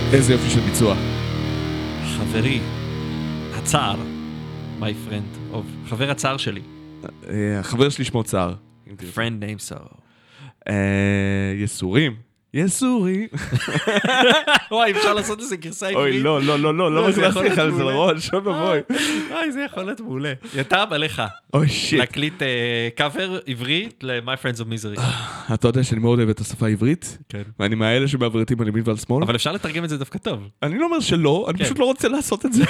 איזה יופי של ביצוע. חברי, הצער, my friend, חבר הצער שלי. החבר שלי שמו צער. friend name so. יסורים. יסורי. וואי, אפשר לעשות איזה גרסה עברית? אוי, לא מכנסתי לך על זה לראש, עוד מבוי. אוי, זה יכול להיות מעולה. יתם, עליך. אוי, שיט. להקליט קאבר עברית ל-My Friends of Misery. אתה יודע שאני מאוד אוהב את השפה העברית, כן. ואני מהאלה שמעברתים על ימין ועל שמאל. אבל אפשר לתרגם את זה דווקא טוב. אני לא אומר שלא, אני פשוט לא רוצה לעשות את זה.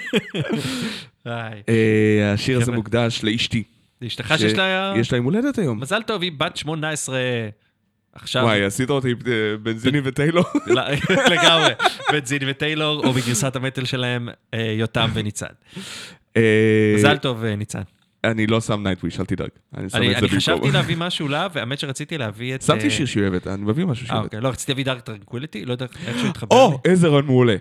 השיר הזה מוקדש לאשתי. לאשתך שיש לה... יש לה יום הולדת היום. מזל טוב, היא בת 18... עכשיו... וואי, עשית אותי בנזיני וטיילור? לגמרי, בנזיני וטיילור, או בגרסת המטל שלהם, יותם וניצן. מזל טוב, ניצן. אני לא שם נייטוויש, אל תדאג. אני חשבתי להביא משהו לה, והאמת שרציתי להביא את... שמתי שיר שהיא אוהבת, אני מביא משהו שהיא אוהבת. לא, רציתי להביא דארק טרנקוויליטי, לא יודע איך שהוא התחבר. או, איזה רעיון מעולה.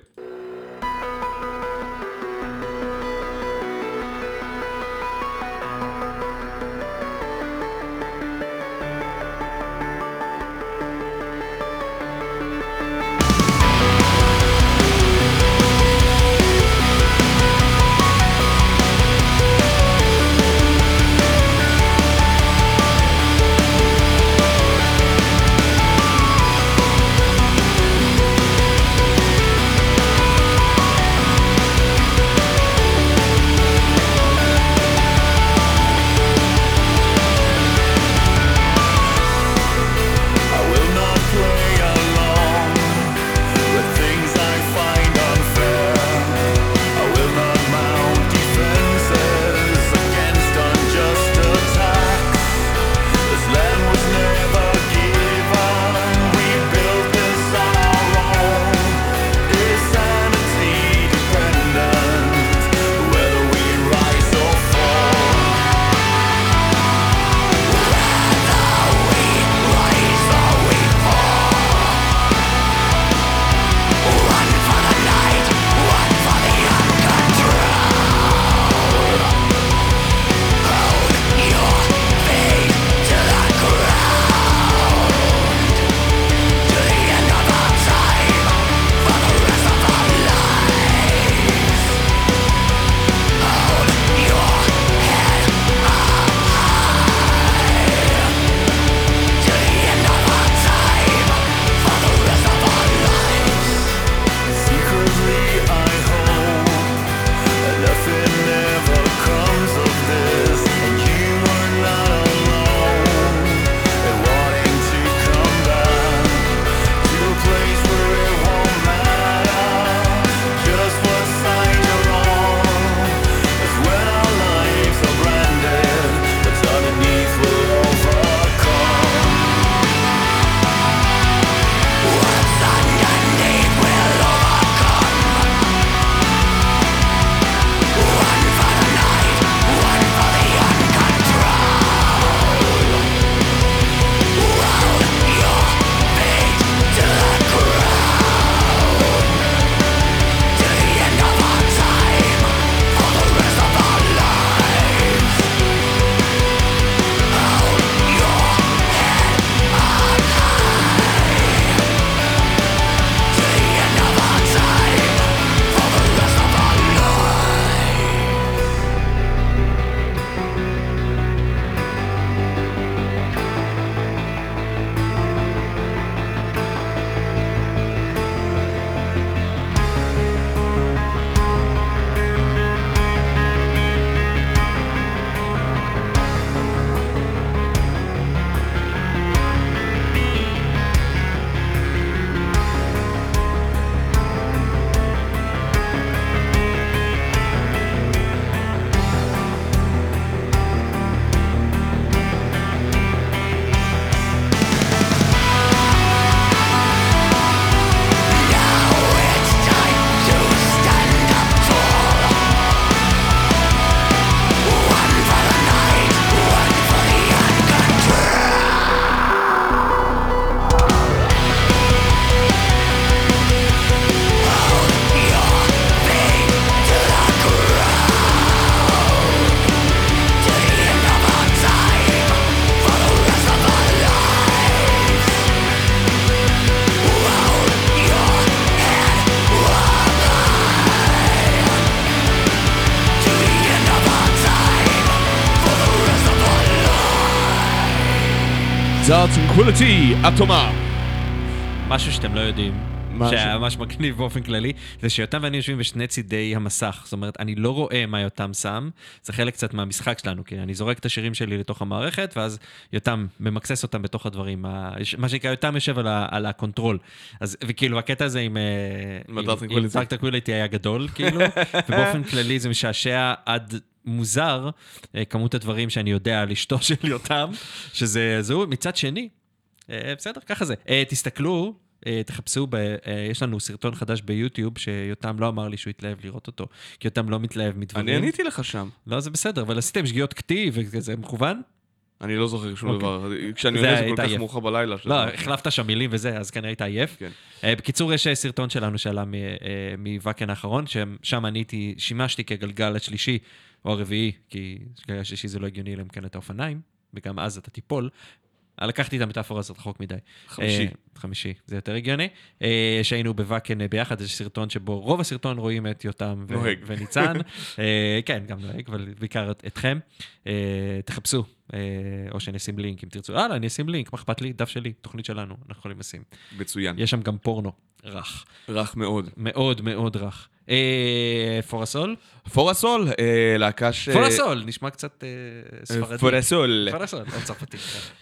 Dark Tranquility, אטומה. משהו שאתם לא יודעים, משהו. שהיה ממש מגניב באופן כללי, זה שיותם ואני יושבים בשני צידי המסך, זאת אומרת, אני לא רואה מה יותם שם, זה חלק קצת מהמשחק שלנו, כי אני זורק את השירים שלי לתוך המערכת, ואז יותם ממקסס אותם בתוך הדברים, מה שנקרא, יותם יושב על הקונטרול, אז, וכאילו, הקטע הזה עם Dark Tranquility היה גדול, כאילו, ובאופן כללי זה משעשע עד מוזר, כמות הדברים שאני יודע על אשתו של יותם, שזה זהו, מצד שני, בסדר, ככה זה. תסתכלו, תחפשו, יש לנו סרטון חדש ביוטיוב, שיותם לא אמר לי שהוא יתלהב לראות אותו, כי יותם לא מתלהב מדברים. אני עניתי לך שם. לא, זה בסדר, אבל עשיתם שגיאות כתיב, וזה מכוון? אני לא זוכר שום דבר. כשאני עונה זה כל כך מאוחר בלילה. לא, החלפת שם מילים וזה, אז כנראה היית עייף. בקיצור, יש סרטון שלנו שעלה מוואקן האחרון, שם עניתי, שימשתי כגלגל השלישי, או הרביעי, כי גלגל השלישי זה לא הגיוני להם כן את האופניים, וגם אז אתה תיפול. לקחתי את המטאפורה הזאת רחוק מדי. חמישי, זה יותר הגיוני. שהיינו בוואקן ביחד, יש סרטון שבו רוב הסרטון רואים את יותם וניצן. כן, גם נוהג, אבל בעיקר אתכם. תחפשו, או שאני אשים לינק אם תרצו. אני אשים לינק, מה אכפת לי? דף שלי, תוכנית שלנו, אנחנו יכולים לשים. מצוין. יש שם גם פורנו, רך. רך מאוד. מאוד מאוד רך. פורסול? פורסול, להקה ש... פורסול, נשמע קצת ספרדי. פורסול. פורסול, או צרפתי.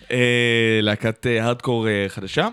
להקת הארדקור חדשה,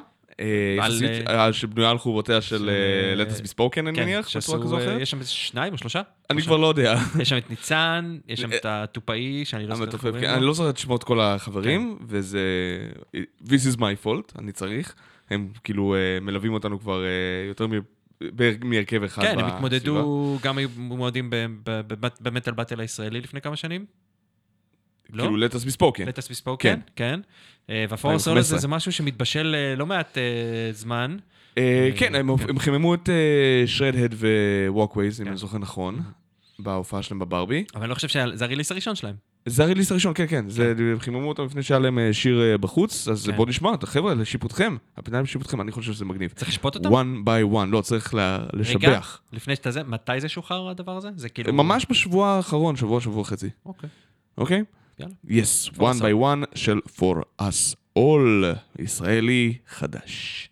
שבנויה על חורבותיה של Let Us Be Spoken, אני מניח, בצורה כזו אחרת. יש שם 2 או 3? אני כבר לא יודע. יש שם את ניצן, יש שם את הטופאי, שאני לא זוכר חברים. אני לא זוכר את שמות כל החברים, וזה... This is my fault, אני צריך. הם כאילו מלווים אותנו כבר יותר מהרכב אחד. כן, הם התמודדו, גם היו מועדים במטל באטל הישראלי לפני כמה שנים. כאילו Let Us Be Spoken. Let Us Be Spoken, כן. והפורסול הזה זה משהו שמתבשל לא מעט זמן. כן, הם חיממו את Shredhead ו-Walkways, אם אני זוכר נכון, בהופעה שלהם בברבי. אבל אני לא חושב שזה הריליס הראשון שלהם. זה הריליס הראשון, כן, כן. הם חיממו אותם לפני שהיה להם שיר בחוץ, אז בואו נשמע, חבר'ה, לשיפוטכם. הפניים לשיפוטכם, אני חושב שזה מגניב. צריך לשפוט אותם? One by one, לא, צריך לשבח. רגע, לפני שאתה זה, מתי זה שוחרר הדבר הזה? זה כאילו... ממש בשבוע האחרון, שבוע וחצי. אוקיי. אוקיי? יאללה. Yes, one by one של For Us All, ישראלי חדש.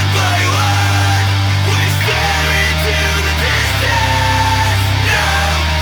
No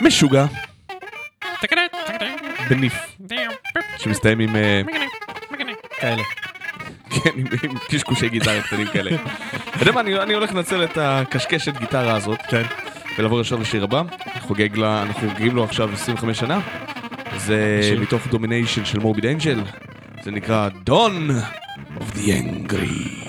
משוגע. בניף. שמסתיים עם... כאלה. כן, עם קשקושי גיטרה קטנים כאלה. אתה יודע מה, אני הולך לנצל את הקשקשת גיטרה הזאת. כן. ולעבור ישר לשיר הבא. אנחנו חוגגים לו עכשיו 25 שנה. זה מתוך דומיניישן של מורביד אנג'ל. זה נקרא Dawn of the Angry.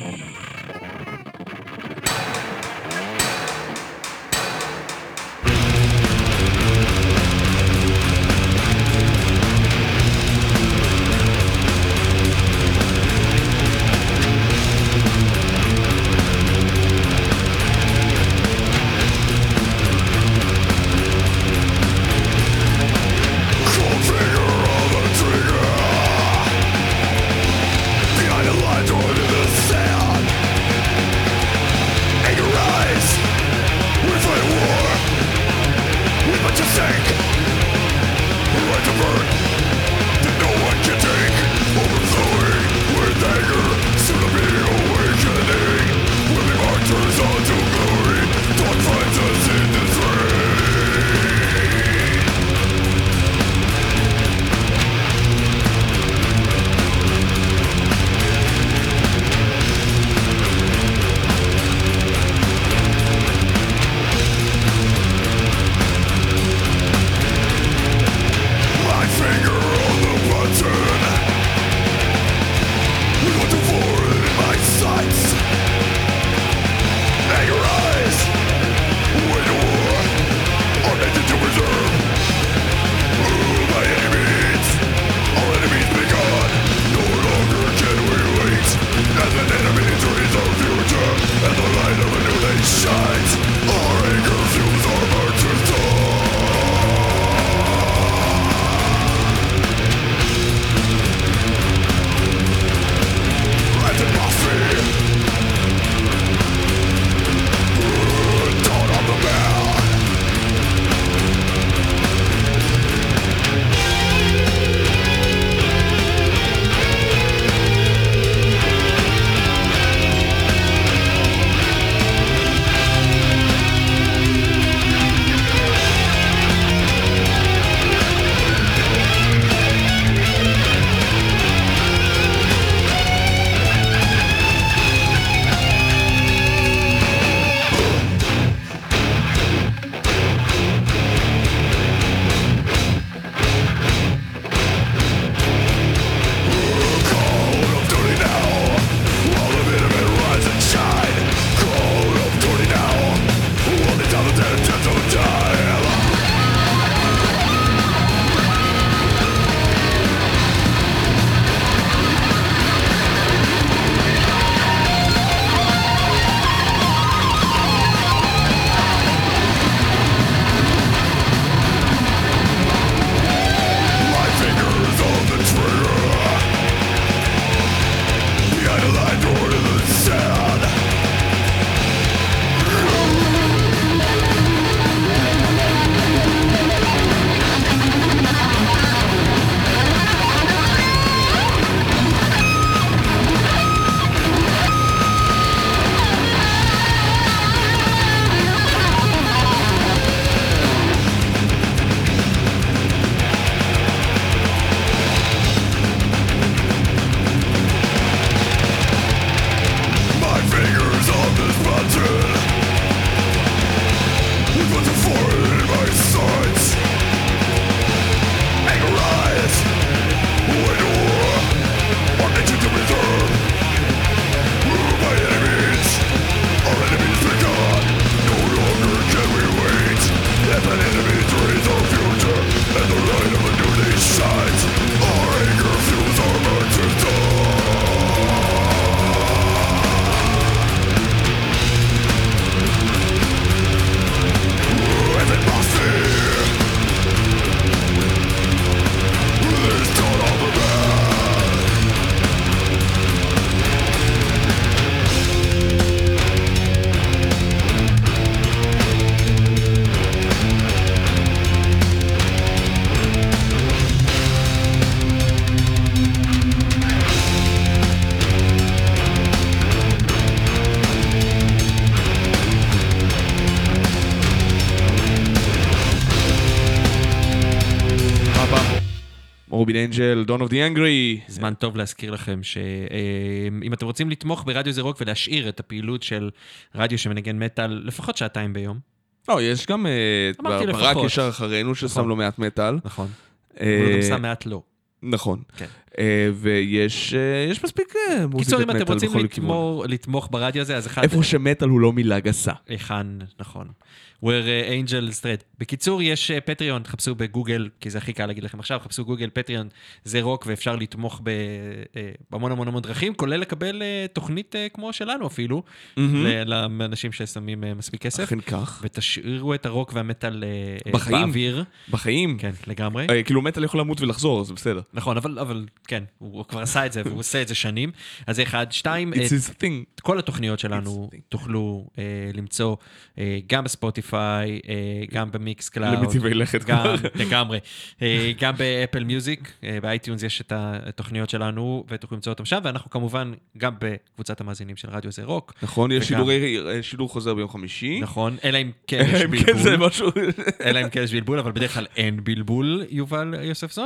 רובין אנג'ל, Dawn of the Angry. זמן טוב להזכיר לכם שאם אתם רוצים לתמוך ברדיו זה רוק ולהשאיר את הפעילות של רדיו שמנגן מטל לפחות 2 שעות ביום. יש גם אמרתי ברק לפחות. ישר אחרינו ששם לו מעט מטל. נכון. הוא גם שם מעט לא. נכון. כן. ויש מספיק מוזיקת קיצור, אם מטל אתם רוצים בכל כיוון. לתמוך ברדיו הזה, אז אחד... איפה שמטל הוא לא מילה גסה. נכון. where angels thread. בקיצור, יש פטריון, חפשו בגוגל, כי זה הכי קל להגיד לכם עכשיו, חפשו גוגל, פטריון, זה רוק, ואפשר לתמוך בהמון המון המון דרכים, כולל לקבל תוכנית כמו שלנו אפילו, לאנשים ששמים מספיק כסף. אכן כך. ותשאירו את הרוק והמטל בחיים. באוויר. בחיים. כן, לגמרי. כאילו מטל יכול למות ולחזור, זה בסדר. נכון, אבל כן, הוא כבר עשה את זה, והוא עושה את זה שנים. אז זה אחד. 2, It's his thing. כל התוכניות שלנו תוכלו למצוא גם בספוטיפיי, גם במיקס קלאוד. למטיבי לכת. לגמרי. גם באפל מיוזיק, באייטיונס יש את התוכניות שלנו, ותוכלו למצוא אותם שם, ואנחנו כמובן גם בקבוצת המאזינים של רדיו זה רוק. נכון, יש שידור חוזר ביום חמישי. נכון, אלא אם כן יש בלבול. אלא אם כן יש בלבול, אבל בדרך כלל אין בלבול, יובל יוספסון.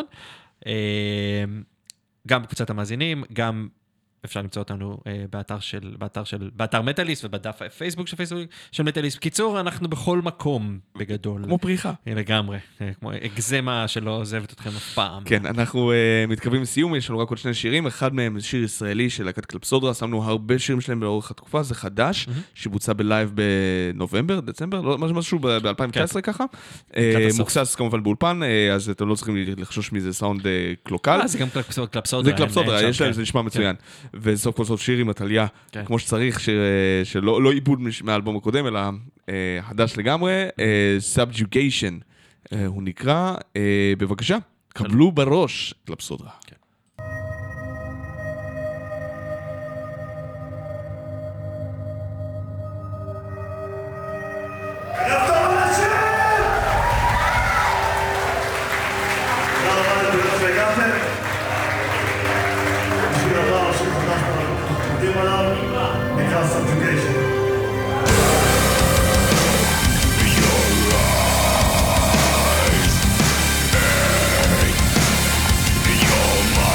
גם בקבוצת המאזינים, גם אפשר למצוא אותנו באתר מטליסט ובדף הפייסבוק של מטליסט. בקיצור, אנחנו בכל מקום בגדול. כמו פריחה. לגמרי, כמו אגזמה שלא עוזבת אתכם אף פעם. כן, אנחנו מתקרבים לסיום, יש לנו רק עוד 2 שירים, אחד מהם שיר ישראלי של להקת קלפסודרה, שמנו הרבה שירים שלהם לאורך התקופה, זה חדש, שבוצע בלייב בנובמבר, דצמבר, משהו ב-2019 ככה. מוקסס כמובן באולפן, אז אתם לא צריכים לחשוש מזה סאונד קלוקל. זה גם קלפסודרה. זה קלפסודרה, יש להם, זה נשמע מצוין. וסוף כל סוף שיר עם עתליה, כמו שצריך, שלא עיבוד מהאלבום הקודם, אלא חדש לגמרי, Subjugation, הוא נקרא, בבקשה, קבלו בראש, קלפסודרה. Your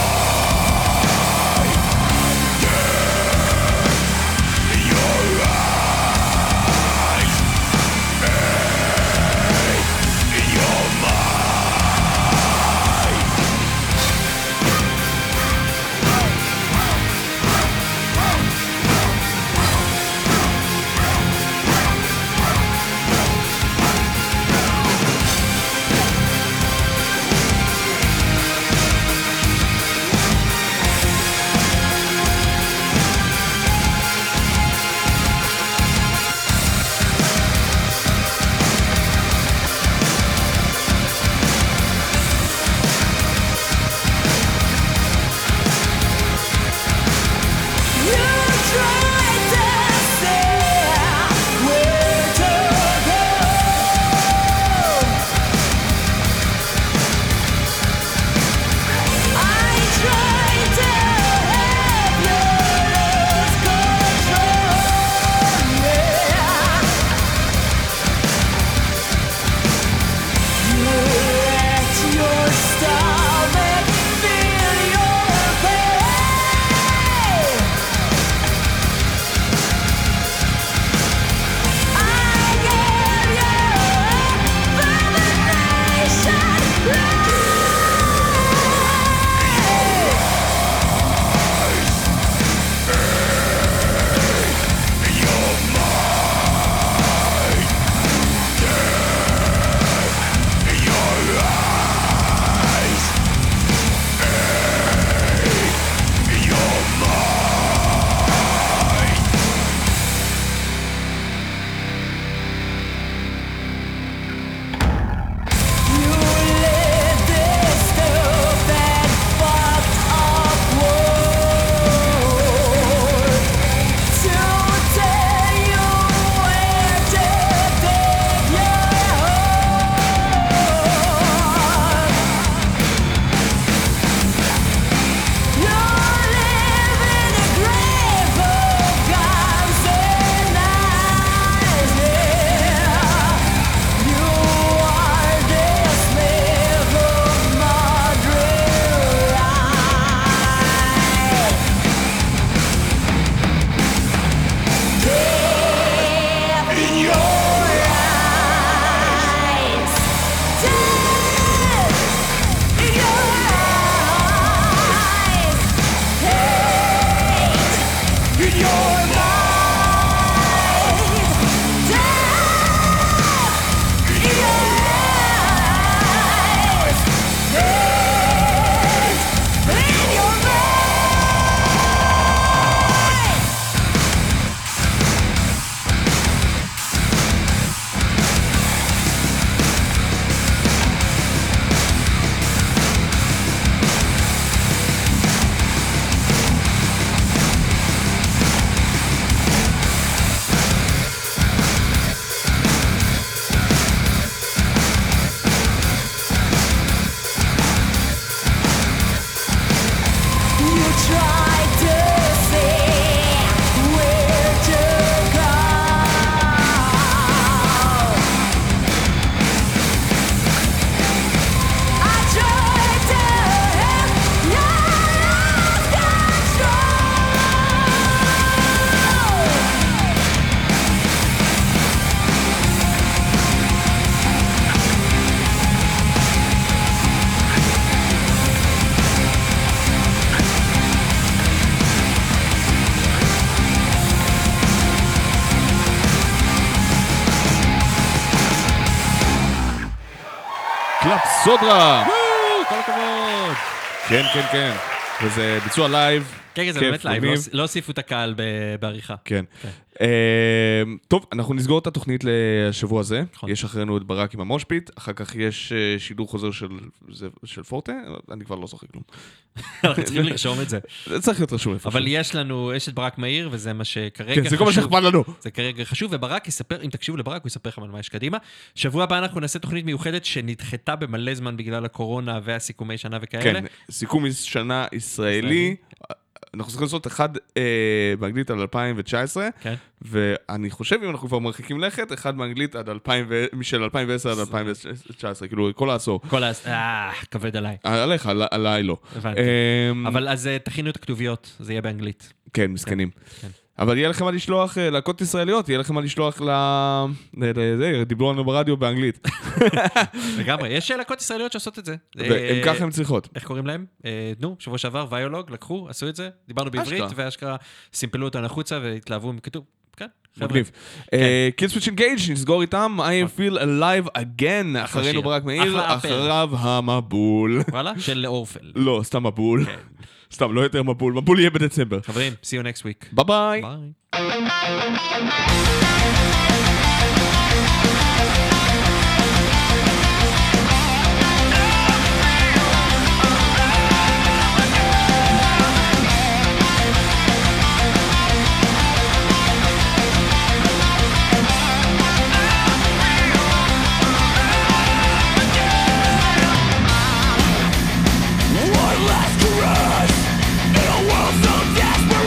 סודרה. כל הכבוד. כן, כן, כן. וזה ביצוע לייב. כן, זה באמת לייב, לא הוסיפו את הקהל בעריכה. כן. טוב, אנחנו נסגור את התוכנית לשבוע הזה. יש אחרינו את ברק עם המושפיט, אחר כך יש שידור חוזר של פורטה, אני כבר לא זוכר כלום. אנחנו צריכים לרשום את זה. זה צריך להיות רשום איפה. אבל יש את ברק מאיר, וזה מה שכרגע חשוב. כן, זה כל מה שאכפת לנו. זה כרגע חשוב, וברק יספר, אם תקשיבו לברק, הוא יספר לכם על מה יש קדימה. שבוע הבא אנחנו נעשה תוכנית מיוחדת שנדחתה במלא זמן בגלל הקורונה והסיכומי שנה וכאלה. כן, סיכום שנה ישראלי. אנחנו צריכים לעשות אחד באנגלית על 2019, ואני חושב, אם אנחנו כבר מרחיקים לכת, אחד באנגלית משל 2010 עד 2019, כאילו כל העשור. כבד עליי. עליך, עליי לא. הבנתי. אבל אז תכינו את הכתוביות, זה יהיה באנגלית. כן, מסכנים. אבל יהיה לכם מה לשלוח להקות ישראליות, יהיה לכם מה לשלוח דיברו לנו ברדיו באנגלית. לגמרי, יש להקות ישראליות שעושות את זה. והם ככה הם צריכות. איך קוראים להם? שבוע שעבר, ויולוג, לקחו, עשו את זה, דיברנו בעברית, והשכרה סימפלו אותנו החוצה והתלהבו מכתוב. כן, מגניב. Kill Switch Engage, נסגור איתם, I feel alive again, אחרינו ברק מאיר, אחריו המבול. וואלה? של אורפל. לא, סתם מבול. סתם, לא יותר מבול. מבול יהיה בדצמבר. חברים, see you next week. ביי ביי.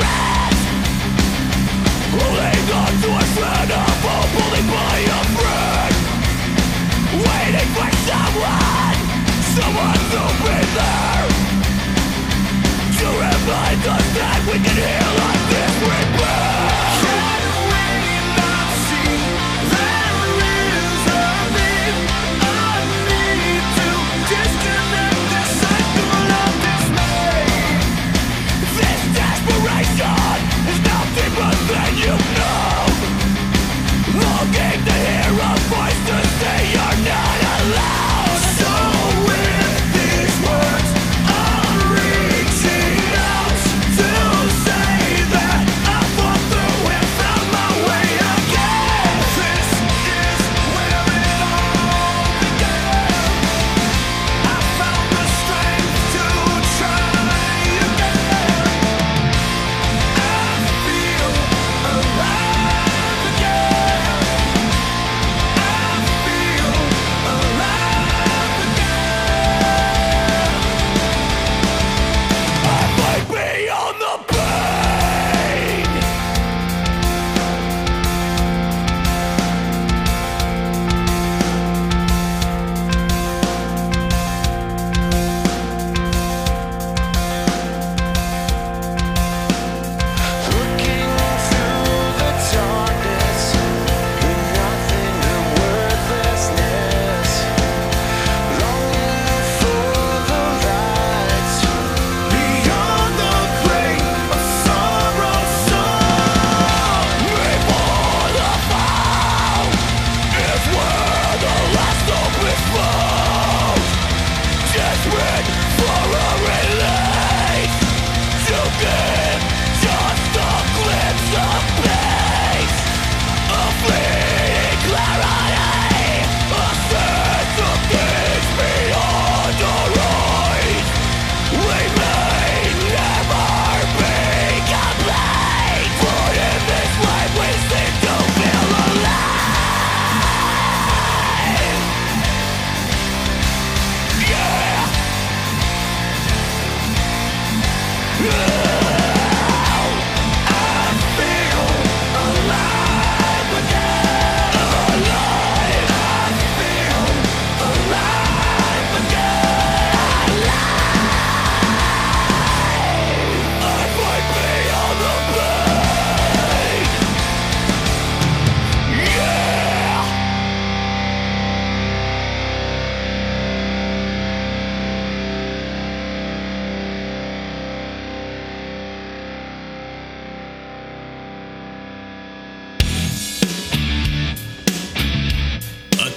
Holding on to a shred of hope, only by a thread.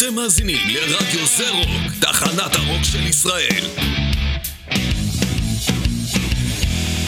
אתם מאזינים לרדיו זה רוק, תחנת הרוק של ישראל.